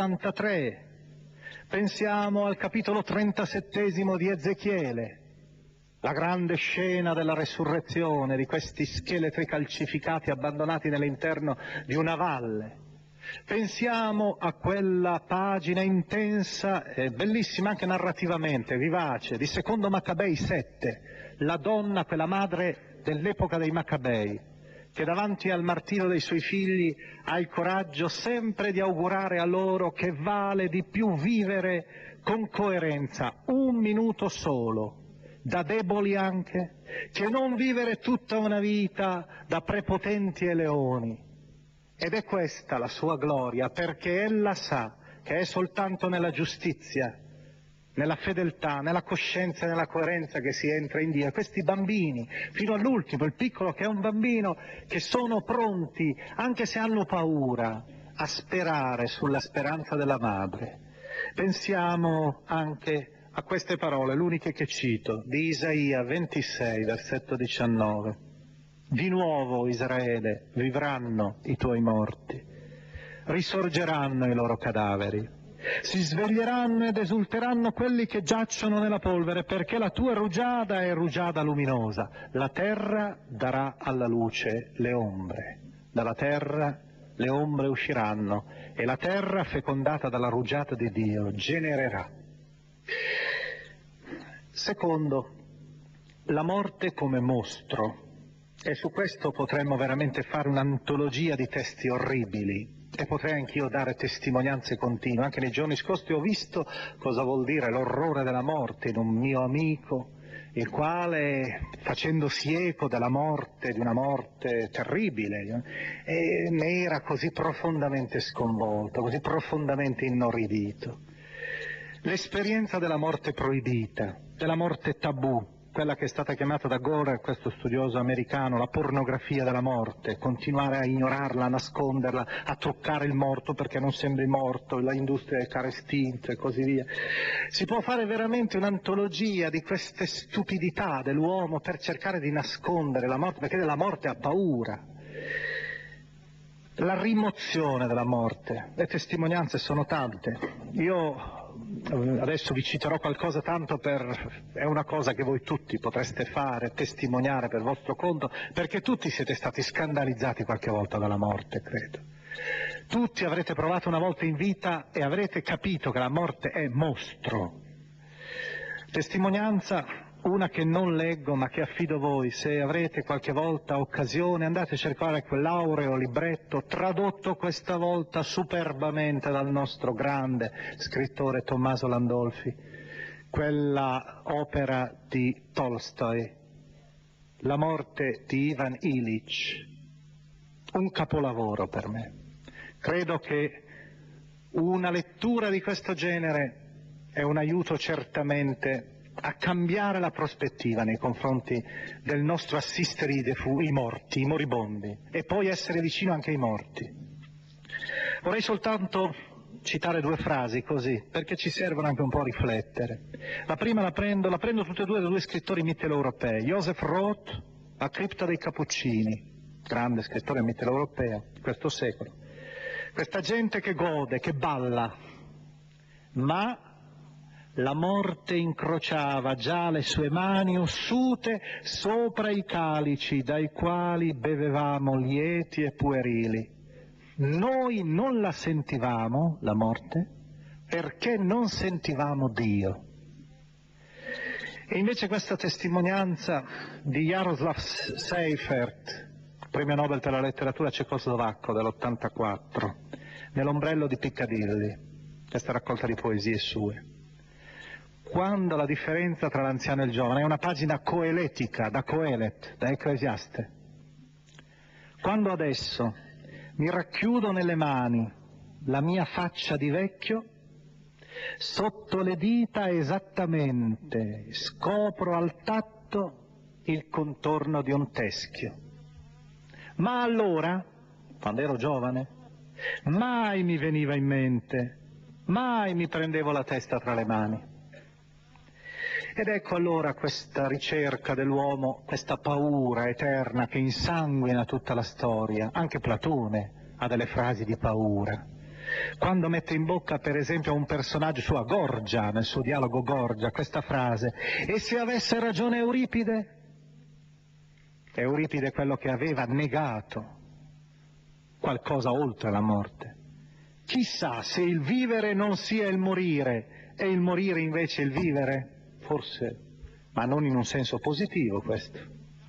Speaker 6: 73, pensiamo al capitolo 37 di Ezechiele, la grande scena della resurrezione di questi scheletri calcificati abbandonati nell'interno di una valle. Pensiamo a quella pagina intensa e bellissima anche narrativamente, vivace, di Secondo Maccabei 7, la donna, quella madre dell'epoca dei Maccabei, che davanti al martirio dei suoi figli ha il coraggio sempre di augurare a loro che vale di più vivere con coerenza un minuto solo, da deboli anche, che non vivere tutta una vita da prepotenti e leoni. Ed è questa la sua gloria, perché ella sa che è soltanto nella giustizia, nella fedeltà, nella coscienza e nella coerenza che si entra in Dio. E questi bambini, fino all'ultimo, il piccolo che è un bambino, che sono pronti, anche se hanno paura, a sperare sulla speranza della madre. Pensiamo anche a queste parole, l'uniche che cito, di Isaia 26, versetto 19. Di nuovo, Israele, vivranno i tuoi morti, risorgeranno i loro cadaveri, si sveglieranno ed esulteranno quelli che giacciono nella polvere, perché la tua rugiada è rugiada luminosa. La terra darà alla luce le ombre, dalla terra le ombre usciranno, e la terra, fecondata dalla rugiada di Dio, genererà. Secondo, la morte come mostro, e su questo potremmo veramente fare un'antologia di testi orribili, e potrei anch'io dare testimonianze continue. Anche nei giorni scorsi ho visto cosa vuol dire l'orrore della morte in un mio amico, il quale, facendosi eco della morte, di una morte terribile, ne era così profondamente sconvolto, così profondamente inorridito. L'esperienza della morte proibita, della morte tabù, quella che è stata chiamata da Gore, questo studioso americano, la pornografia della morte, continuare a ignorarla, a nasconderla, a toccare il morto perché non sembri morto, la industria del caro estinto e così via. Si può fare veramente un'antologia di queste stupidità dell'uomo per cercare di nascondere la morte, perché della morte ha paura. La rimozione della morte, le testimonianze sono tante. Io adesso vi citerò qualcosa tanto è una cosa che voi tutti potreste fare, testimoniare per vostro conto, perché tutti siete stati scandalizzati qualche volta dalla morte, credo. Tutti avrete provato una volta in vita e avrete capito che la morte è mostro. Testimonianza, una che non leggo ma che affido a voi. Se avrete qualche volta occasione, andate a cercare quell'aureo libretto tradotto questa volta superbamente dal nostro grande scrittore Tommaso Landolfi, quella opera di Tolstoi, La morte di Ivan Illich, un capolavoro per me. Credo che Una lettura di questo genere è un aiuto certamente a cambiare la prospettiva nei confronti del nostro assistere i morti, i moribondi, e poi essere vicino anche ai morti. Vorrei soltanto citare 2 frasi così, perché ci servono anche un po' a riflettere. La prima la prendo tutte e 2 da 2 scrittori mitteleuropei. Joseph Roth, La cripta dei Cappuccini, grande scrittore mitteleuropeo di questo secolo. Questa gente che gode, che balla, ma la morte incrociava già le sue mani ossute sopra i calici dai quali bevevamo lieti e puerili. Noi non la sentivamo, la morte, perché non sentivamo Dio. E invece questa testimonianza di Jaroslav Seifert, premio Nobel per la letteratura cecoslovacco dell'84, Nell'ombrello di Piccadilly, questa raccolta di poesie sue. Quando la differenza tra l'anziano e il giovane, è una pagina coeletica, da Coelet, da Ecclesiaste. Quando adesso mi racchiudo nelle mani la mia faccia di vecchio, sotto le dita esattamente scopro al tatto il contorno di un teschio. Ma allora, quando ero giovane, mai mi veniva in mente, mai mi prendevo la testa tra le mani. Ed ecco allora questa ricerca dell'uomo, questa paura eterna che insanguina tutta la storia. Anche Platone ha delle frasi di paura. Quando mette in bocca per esempio a un personaggio suo, a Gorgia, nel suo dialogo Gorgia, questa frase: e se avesse ragione Euripide? Euripide è quello che aveva negato qualcosa oltre la morte. Chissà se il vivere non sia il morire e il morire invece il vivere? Forse, ma non in un senso positivo questo.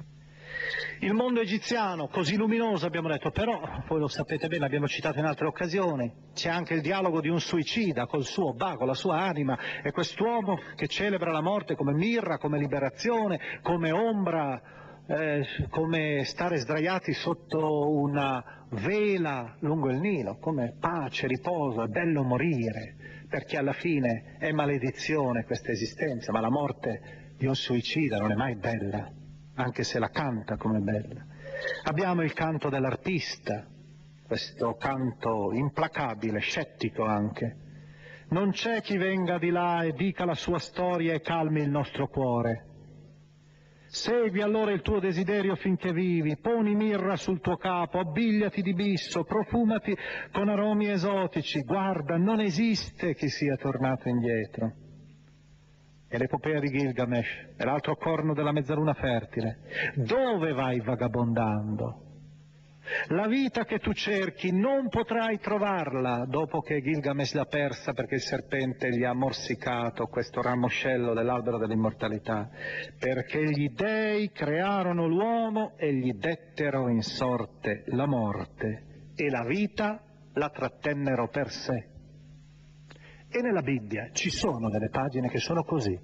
Speaker 6: Il mondo egiziano, così luminoso abbiamo detto, però, voi lo sapete bene, l'abbiamo citato in altre occasioni, c'è anche il dialogo di un suicida col suo baco, la sua anima, e quest'uomo che celebra la morte come mirra, come liberazione, come ombra, come stare sdraiati sotto una vela lungo il Nilo, come pace, riposo, è bello morire, perché alla fine è maledizione questa esistenza, ma la morte di un suicida non è mai bella, anche se la canta come bella. Abbiamo il canto dell'arpista, questo canto implacabile, scettico anche. Non c'è chi venga di là e dica la sua storia e calmi il nostro cuore. Segui allora il tuo desiderio finché vivi, poni mirra sul tuo capo, abbigliati di bisso, profumati con aromi esotici, guarda, non esiste chi sia tornato indietro. È l'epopea di Gilgamesh, è l'altro corno della mezzaluna fertile. Dove vai vagabondando? La vita che tu cerchi non potrai trovarla dopo che Gilgamesh l'ha persa perché il serpente gli ha morsicato questo ramoscello dell'albero dell'immortalità, perché gli dei crearono l'uomo e gli dettero in sorte la morte e la vita la trattennero per sé. E nella Bibbia ci sono delle pagine che sono così.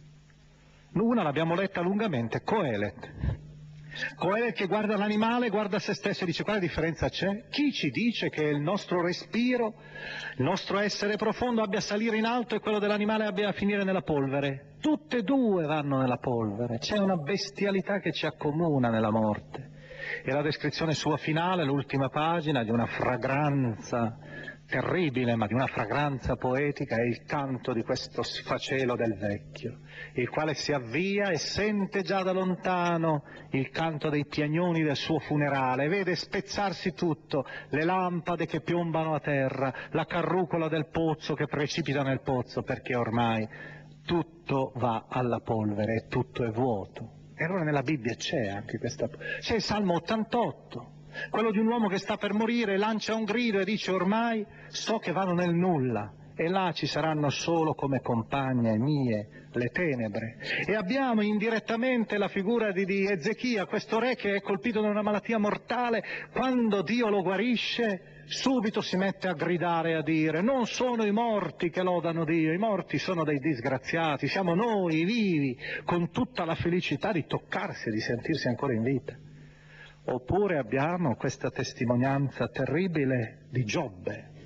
Speaker 6: Una l'abbiamo letta lungamente, Coelet. Coelet che guarda l'animale, guarda se stesso e dice: quale differenza c'è? Chi ci dice che il nostro respiro, il nostro essere profondo abbia a salire in alto e quello dell'animale abbia a finire nella polvere? Tutte e due vanno nella polvere, c'è una bestialità che ci accomuna nella morte. E la descrizione sua finale, l'ultima pagina, di una fragranza terribile, ma di una fragranza poetica, è il canto di questo sfacelo del vecchio, il quale si avvia e sente già da lontano il canto dei piagnoni del suo funerale, vede spezzarsi tutto, le lampade che piombano a terra, la carrucola del pozzo che precipita nel pozzo, perché ormai tutto va alla polvere e tutto è vuoto. E allora nella Bibbia c'è anche questa, c'è il Salmo 88, quello di un uomo che sta per morire, lancia un grido e dice: ormai so che vado nel nulla e là ci saranno solo come compagne mie le tenebre. E abbiamo indirettamente la figura di Ezechia, questo re che è colpito da una malattia mortale. Quando Dio lo guarisce, subito si mette a gridare e a dire: non sono i morti che lodano Dio, i morti sono dei disgraziati, siamo noi i vivi, con tutta la felicità di toccarsi e di sentirsi ancora in vita. Oppure abbiamo questa testimonianza terribile di Giobbe,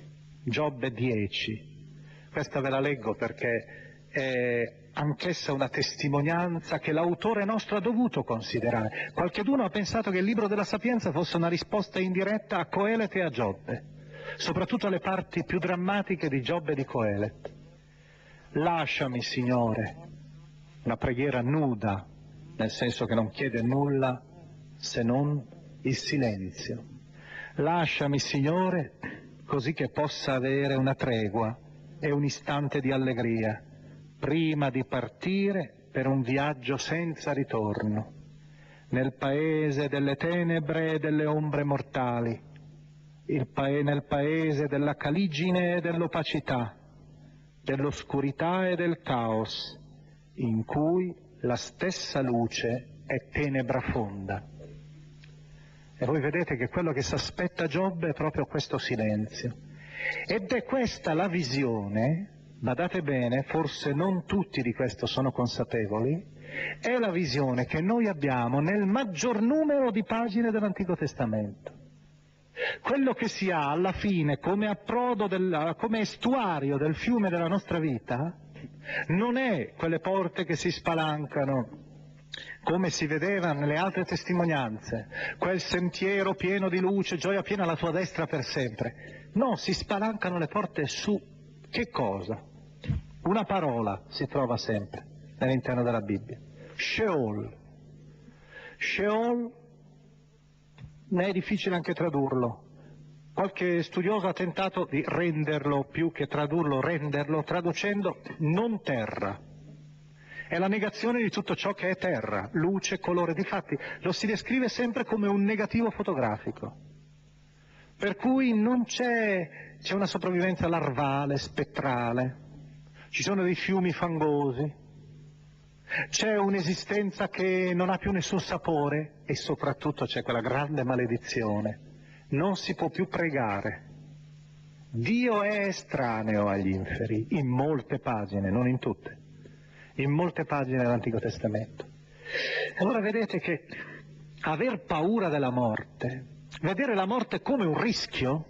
Speaker 6: Giobbe 10. Questa ve la leggo perché è anch'essa una testimonianza che l'autore nostro ha dovuto considerare. Qualcheduno ha pensato che il libro della Sapienza fosse una risposta indiretta a Coelet e a Giobbe, soprattutto alle parti più drammatiche di Giobbe e di Coelet. Lasciami, Signore, una preghiera nuda, nel senso che non chiede nulla se non il silenzio. Lasciami, Signore, così che possa avere una tregua e un istante di allegria, prima di partire per un viaggio senza ritorno, nel paese delle tenebre e delle ombre mortali, nel paese della caligine e dell'opacità, dell'oscurità e del caos, in cui la stessa luce è tenebra fonda. E voi vedete che quello che si aspetta Giobbe è proprio questo silenzio. Ed è questa la visione, badate bene, forse non tutti di questo sono consapevoli, è la visione che noi abbiamo nel maggior numero di pagine dell'Antico Testamento. Quello che si ha alla fine come approdo, come estuario del fiume della nostra vita, non è quelle porte che si spalancano, come si vedeva nelle altre testimonianze, quel sentiero pieno di luce, gioia piena alla tua destra per sempre. No, si spalancano le porte su che cosa? Una parola si trova sempre all'interno della Bibbia. Sheol. Sheol ne è difficile anche tradurlo. Qualche studioso ha tentato di renderlo, più che tradurlo, renderlo, traducendo non terra. È la negazione di tutto ciò che è terra, luce, colore. Difatti lo si descrive sempre come un negativo fotografico. Per cui non c'è una sopravvivenza larvale, spettrale, ci sono dei fiumi fangosi, c'è un'esistenza che non ha più nessun sapore e soprattutto c'è quella grande maledizione. Non si può più pregare. Dio è estraneo agli inferi, in molte pagine, non in tutte, in molte pagine dell'Antico Testamento. Allora vedete che aver paura della morte, vedere la morte come un rischio,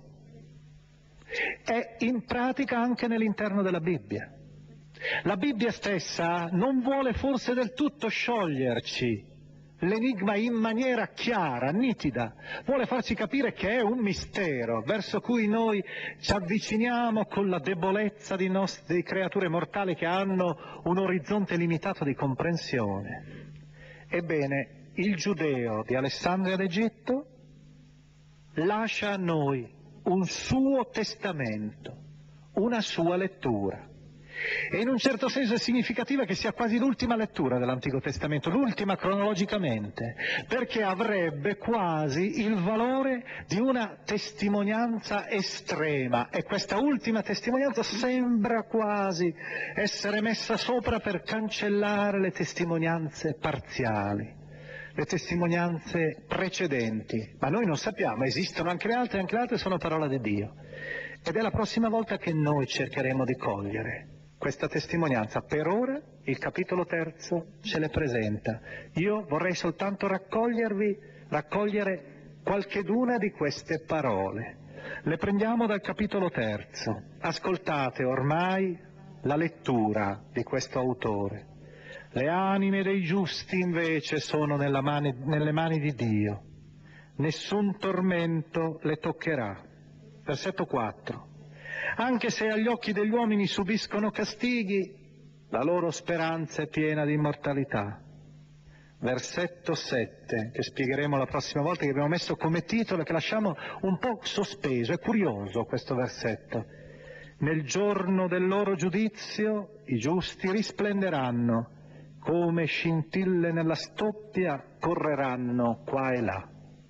Speaker 6: è in pratica anche nell'interno della Bibbia. La Bibbia stessa non vuole forse del tutto scioglierci l'enigma in maniera chiara, nitida, vuole farci capire che è un mistero verso cui noi ci avviciniamo con la debolezza di creature mortali che hanno un orizzonte limitato di comprensione. Ebbene, il giudeo di Alessandria d'Egitto lascia a noi un suo testamento, una sua lettura. E in un certo senso è significativa che sia quasi l'ultima lettura dell'Antico Testamento, l'ultima cronologicamente, perché avrebbe quasi il valore di una testimonianza estrema, e questa ultima testimonianza sembra quasi essere messa sopra per cancellare le testimonianze parziali, le testimonianze precedenti. Ma noi non sappiamo, esistono anche le altre sono parola di Dio. Ed è la prossima volta che noi cercheremo di cogliere questa testimonianza. Per ora il capitolo 3 ce le presenta. Io vorrei soltanto raccogliere qualcheduna di queste parole. Le prendiamo dal capitolo 3. Ascoltate ormai la lettura di questo autore. Le anime dei giusti invece sono nelle mani di Dio. Nessun tormento le toccherà. Versetto 4. Anche se agli occhi degli uomini subiscono castighi, la loro speranza è piena di immortalità. Versetto 7, che spiegheremo la prossima volta, che abbiamo messo come titolo e che lasciamo un po' sospeso. È curioso questo versetto. Nel giorno del loro giudizio i giusti risplenderanno, come scintille nella stoppia correranno qua e là.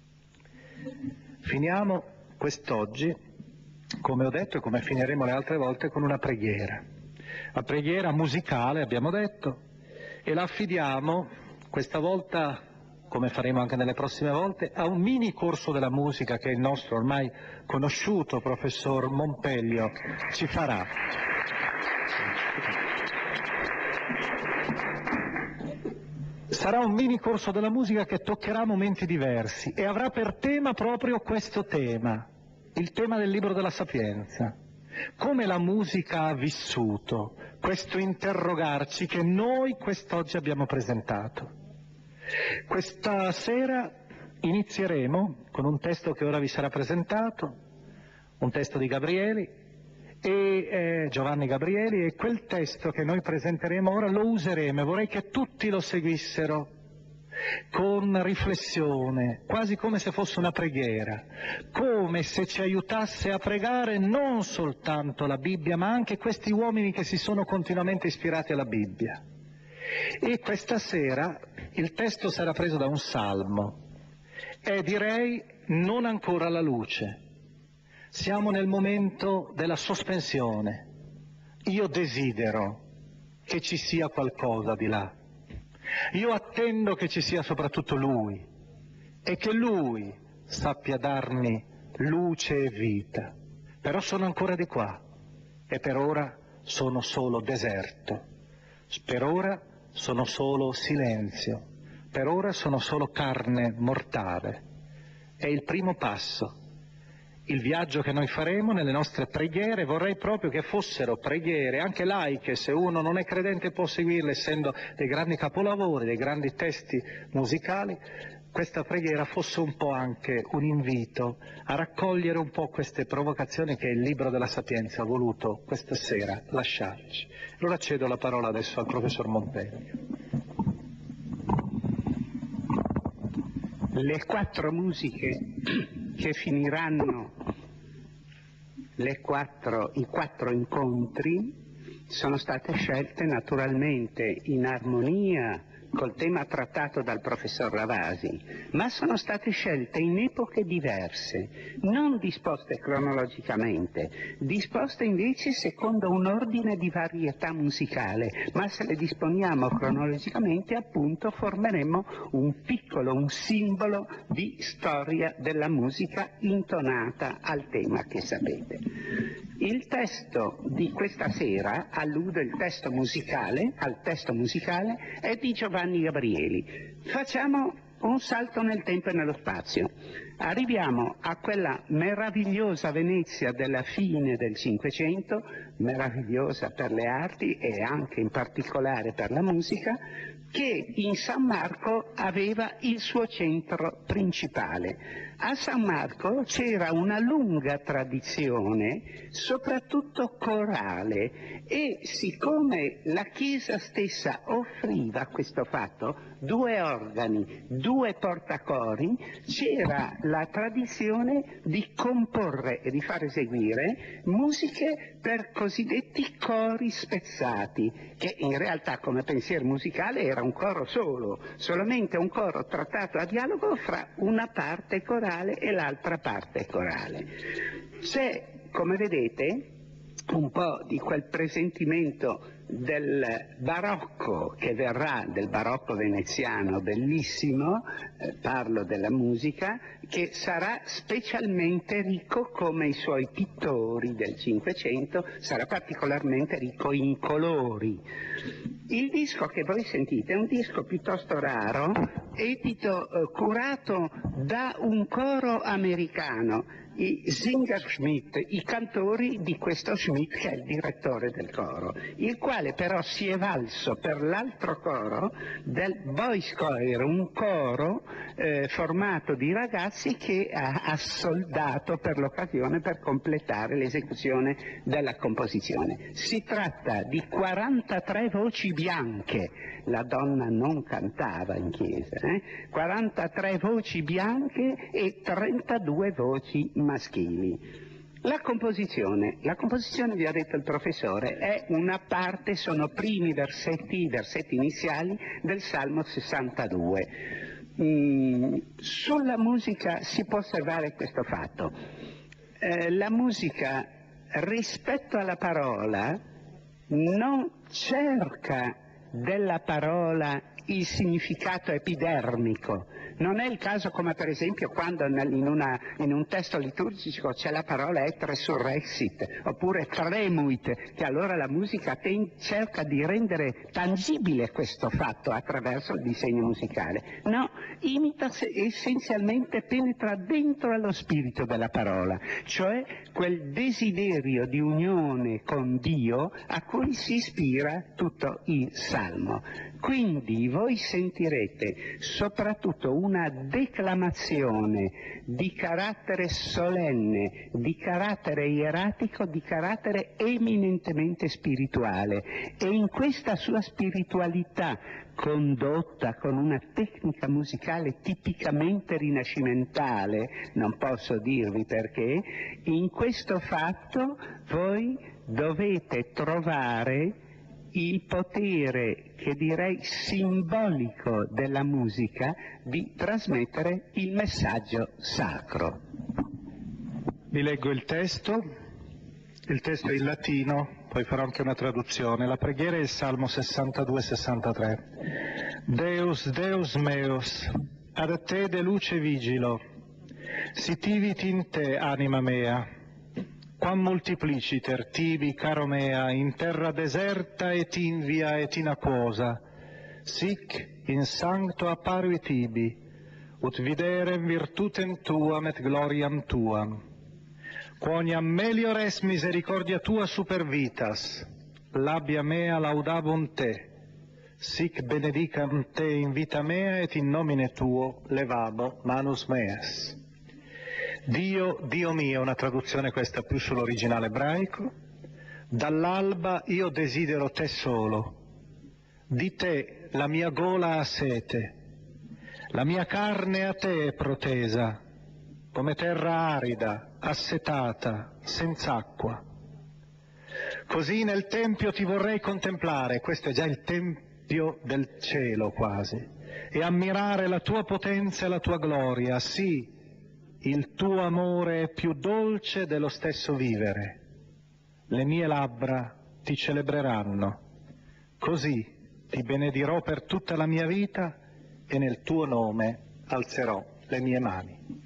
Speaker 6: Finiamo quest'oggi, come ho detto e come finiremo le altre volte, con una preghiera. La preghiera musicale, abbiamo detto, e la affidiamo questa volta, come faremo anche nelle prossime volte, a un mini corso della musica che il nostro ormai conosciuto professor Mompeglio ci farà. Sarà un mini corso della musica che toccherà momenti diversi e avrà per tema proprio questo tema, il tema del libro della Sapienza. come la musica ha vissuto questo interrogarci che noi quest'oggi abbiamo presentato. Questa sera inizieremo con un testo che ora vi sarà presentato, un testo di Gabrieli, Giovanni Gabrieli, e quel testo che noi presenteremo ora lo useremo, e vorrei che tutti lo seguissero con riflessione, quasi come se fosse una preghiera, come se ci aiutasse a pregare non soltanto la Bibbia, ma anche questi uomini che si sono continuamente ispirati alla Bibbia. E questa sera il testo sarà preso da un salmo, e direi non ancora alla luce. Siamo nel momento della sospensione. Io desidero che ci sia qualcosa di là. Io attendo che ci sia soprattutto Lui e che Lui sappia darmi luce e vita. Però sono ancora di qua e per ora sono solo deserto. Per ora sono solo silenzio. Per ora sono solo carne mortale. È il primo passo. Il viaggio che noi faremo nelle nostre preghiere, vorrei proprio che fossero preghiere anche laiche, se uno non è credente può seguirle, essendo dei grandi capolavori, dei grandi testi musicali. Questa preghiera fosse un po' anche un invito a raccogliere un po' queste provocazioni che il Libro della Sapienza ha voluto questa sera lasciarci. Allora cedo la parola adesso al professor Montpellier.
Speaker 8: Le 4 musiche che finiranno i 4 incontri sono state scelte naturalmente in armonia col tema trattato dal professor Ravasi, ma sono state scelte in epoche diverse, non disposte cronologicamente, disposte invece secondo un ordine di varietà musicale, ma se le disponiamo cronologicamente appunto formeremo un simbolo di storia della musica intonata al tema che sapete. Il testo di questa sera allude al testo musicale, è di Giovanni Gabrieli. Facciamo un salto nel tempo e nello spazio. Arriviamo a quella meravigliosa Venezia della fine del Cinquecento, meravigliosa per le arti e anche in particolare per la musica, che in San Marco aveva il suo centro principale. A San Marco c'era una lunga tradizione, soprattutto corale, e siccome la Chiesa stessa offriva a questo fatto 2 organi, 2 portacori, c'era la tradizione di comporre e di far eseguire musiche per cosiddetti cori spezzati, che in realtà come pensiero musicale era un coro solo, solamente un coro trattato a dialogo fra una parte corale e l'altra parte corale. C'è, come vedete, un po' di quel presentimento del barocco che verrà, del barocco veneziano bellissimo, parlo della musica, che sarà specialmente ricco come i suoi pittori del Cinquecento, sarà particolarmente ricco in colori. Il disco che voi sentite è un disco piuttosto raro, edito, curato da un coro americano, i Singer-Schmidt, i cantori di questo Schmidt che è il direttore del coro, il quale però si è valso per l'altro coro del Boys Choir, un coro formato di ragazzi che ha soldato per l'occasione per completare l'esecuzione della composizione. Si tratta di 43 voci bianche, la donna non cantava in chiesa, 43 voci bianche e 32 voci maschili. La composizione, vi ha detto il professore, è una parte, sono i versetti iniziali del Salmo 62. Sulla musica si può osservare questo fatto. La musica rispetto alla parola non cerca della parola il significato epidermico. Non è il caso come per esempio quando in un testo liturgico c'è la parola et resurrexit oppure tremuit, che allora la musica cerca di rendere tangibile questo fatto attraverso il disegno musicale. No, imita essenzialmente, penetra dentro allo spirito della parola, cioè quel desiderio di unione con Dio a cui si ispira tutto il Salmo. Quindi voi sentirete soprattutto una declamazione di carattere solenne, di carattere ieratico, di carattere eminentemente spirituale, e in questa sua spiritualità, condotta con una tecnica musicale tipicamente rinascimentale, non posso dirvi perché, in questo fatto voi dovete trovare il potere, che direi simbolico, della musica di trasmettere il messaggio sacro.
Speaker 6: Vi leggo il testo è in latino, poi farò anche una traduzione. La preghiera è il Salmo 62-63. Deus, Deus meus, ad te de luce vigilo, sitivit in te anima mea, quam multipliciter tibi, caro mea, in terra deserta et invia et inaquosa, sic in sancto apparui tibi, ut viderem virtutem tuam et gloriam tuam. Quoniam melior es misericordia tua super vitas, labia mea laudabunt te, sic benedicam te in vita mea et in nomine tuo levabo manus meas. Dio, Dio mio, una traduzione questa più sull'originale ebraico, dall'alba io desidero te solo, di te la mia gola ha sete, la mia carne a te è protesa, come terra arida, assetata, senz'acqua. Così nel Tempio ti vorrei contemplare, questo è già il Tempio del cielo quasi, e ammirare la tua potenza e la tua gloria, sì, il tuo amore è più dolce dello stesso vivere. Le mie labbra ti celebreranno. Così ti benedirò per tutta la mia vita e nel tuo nome alzerò le mie mani.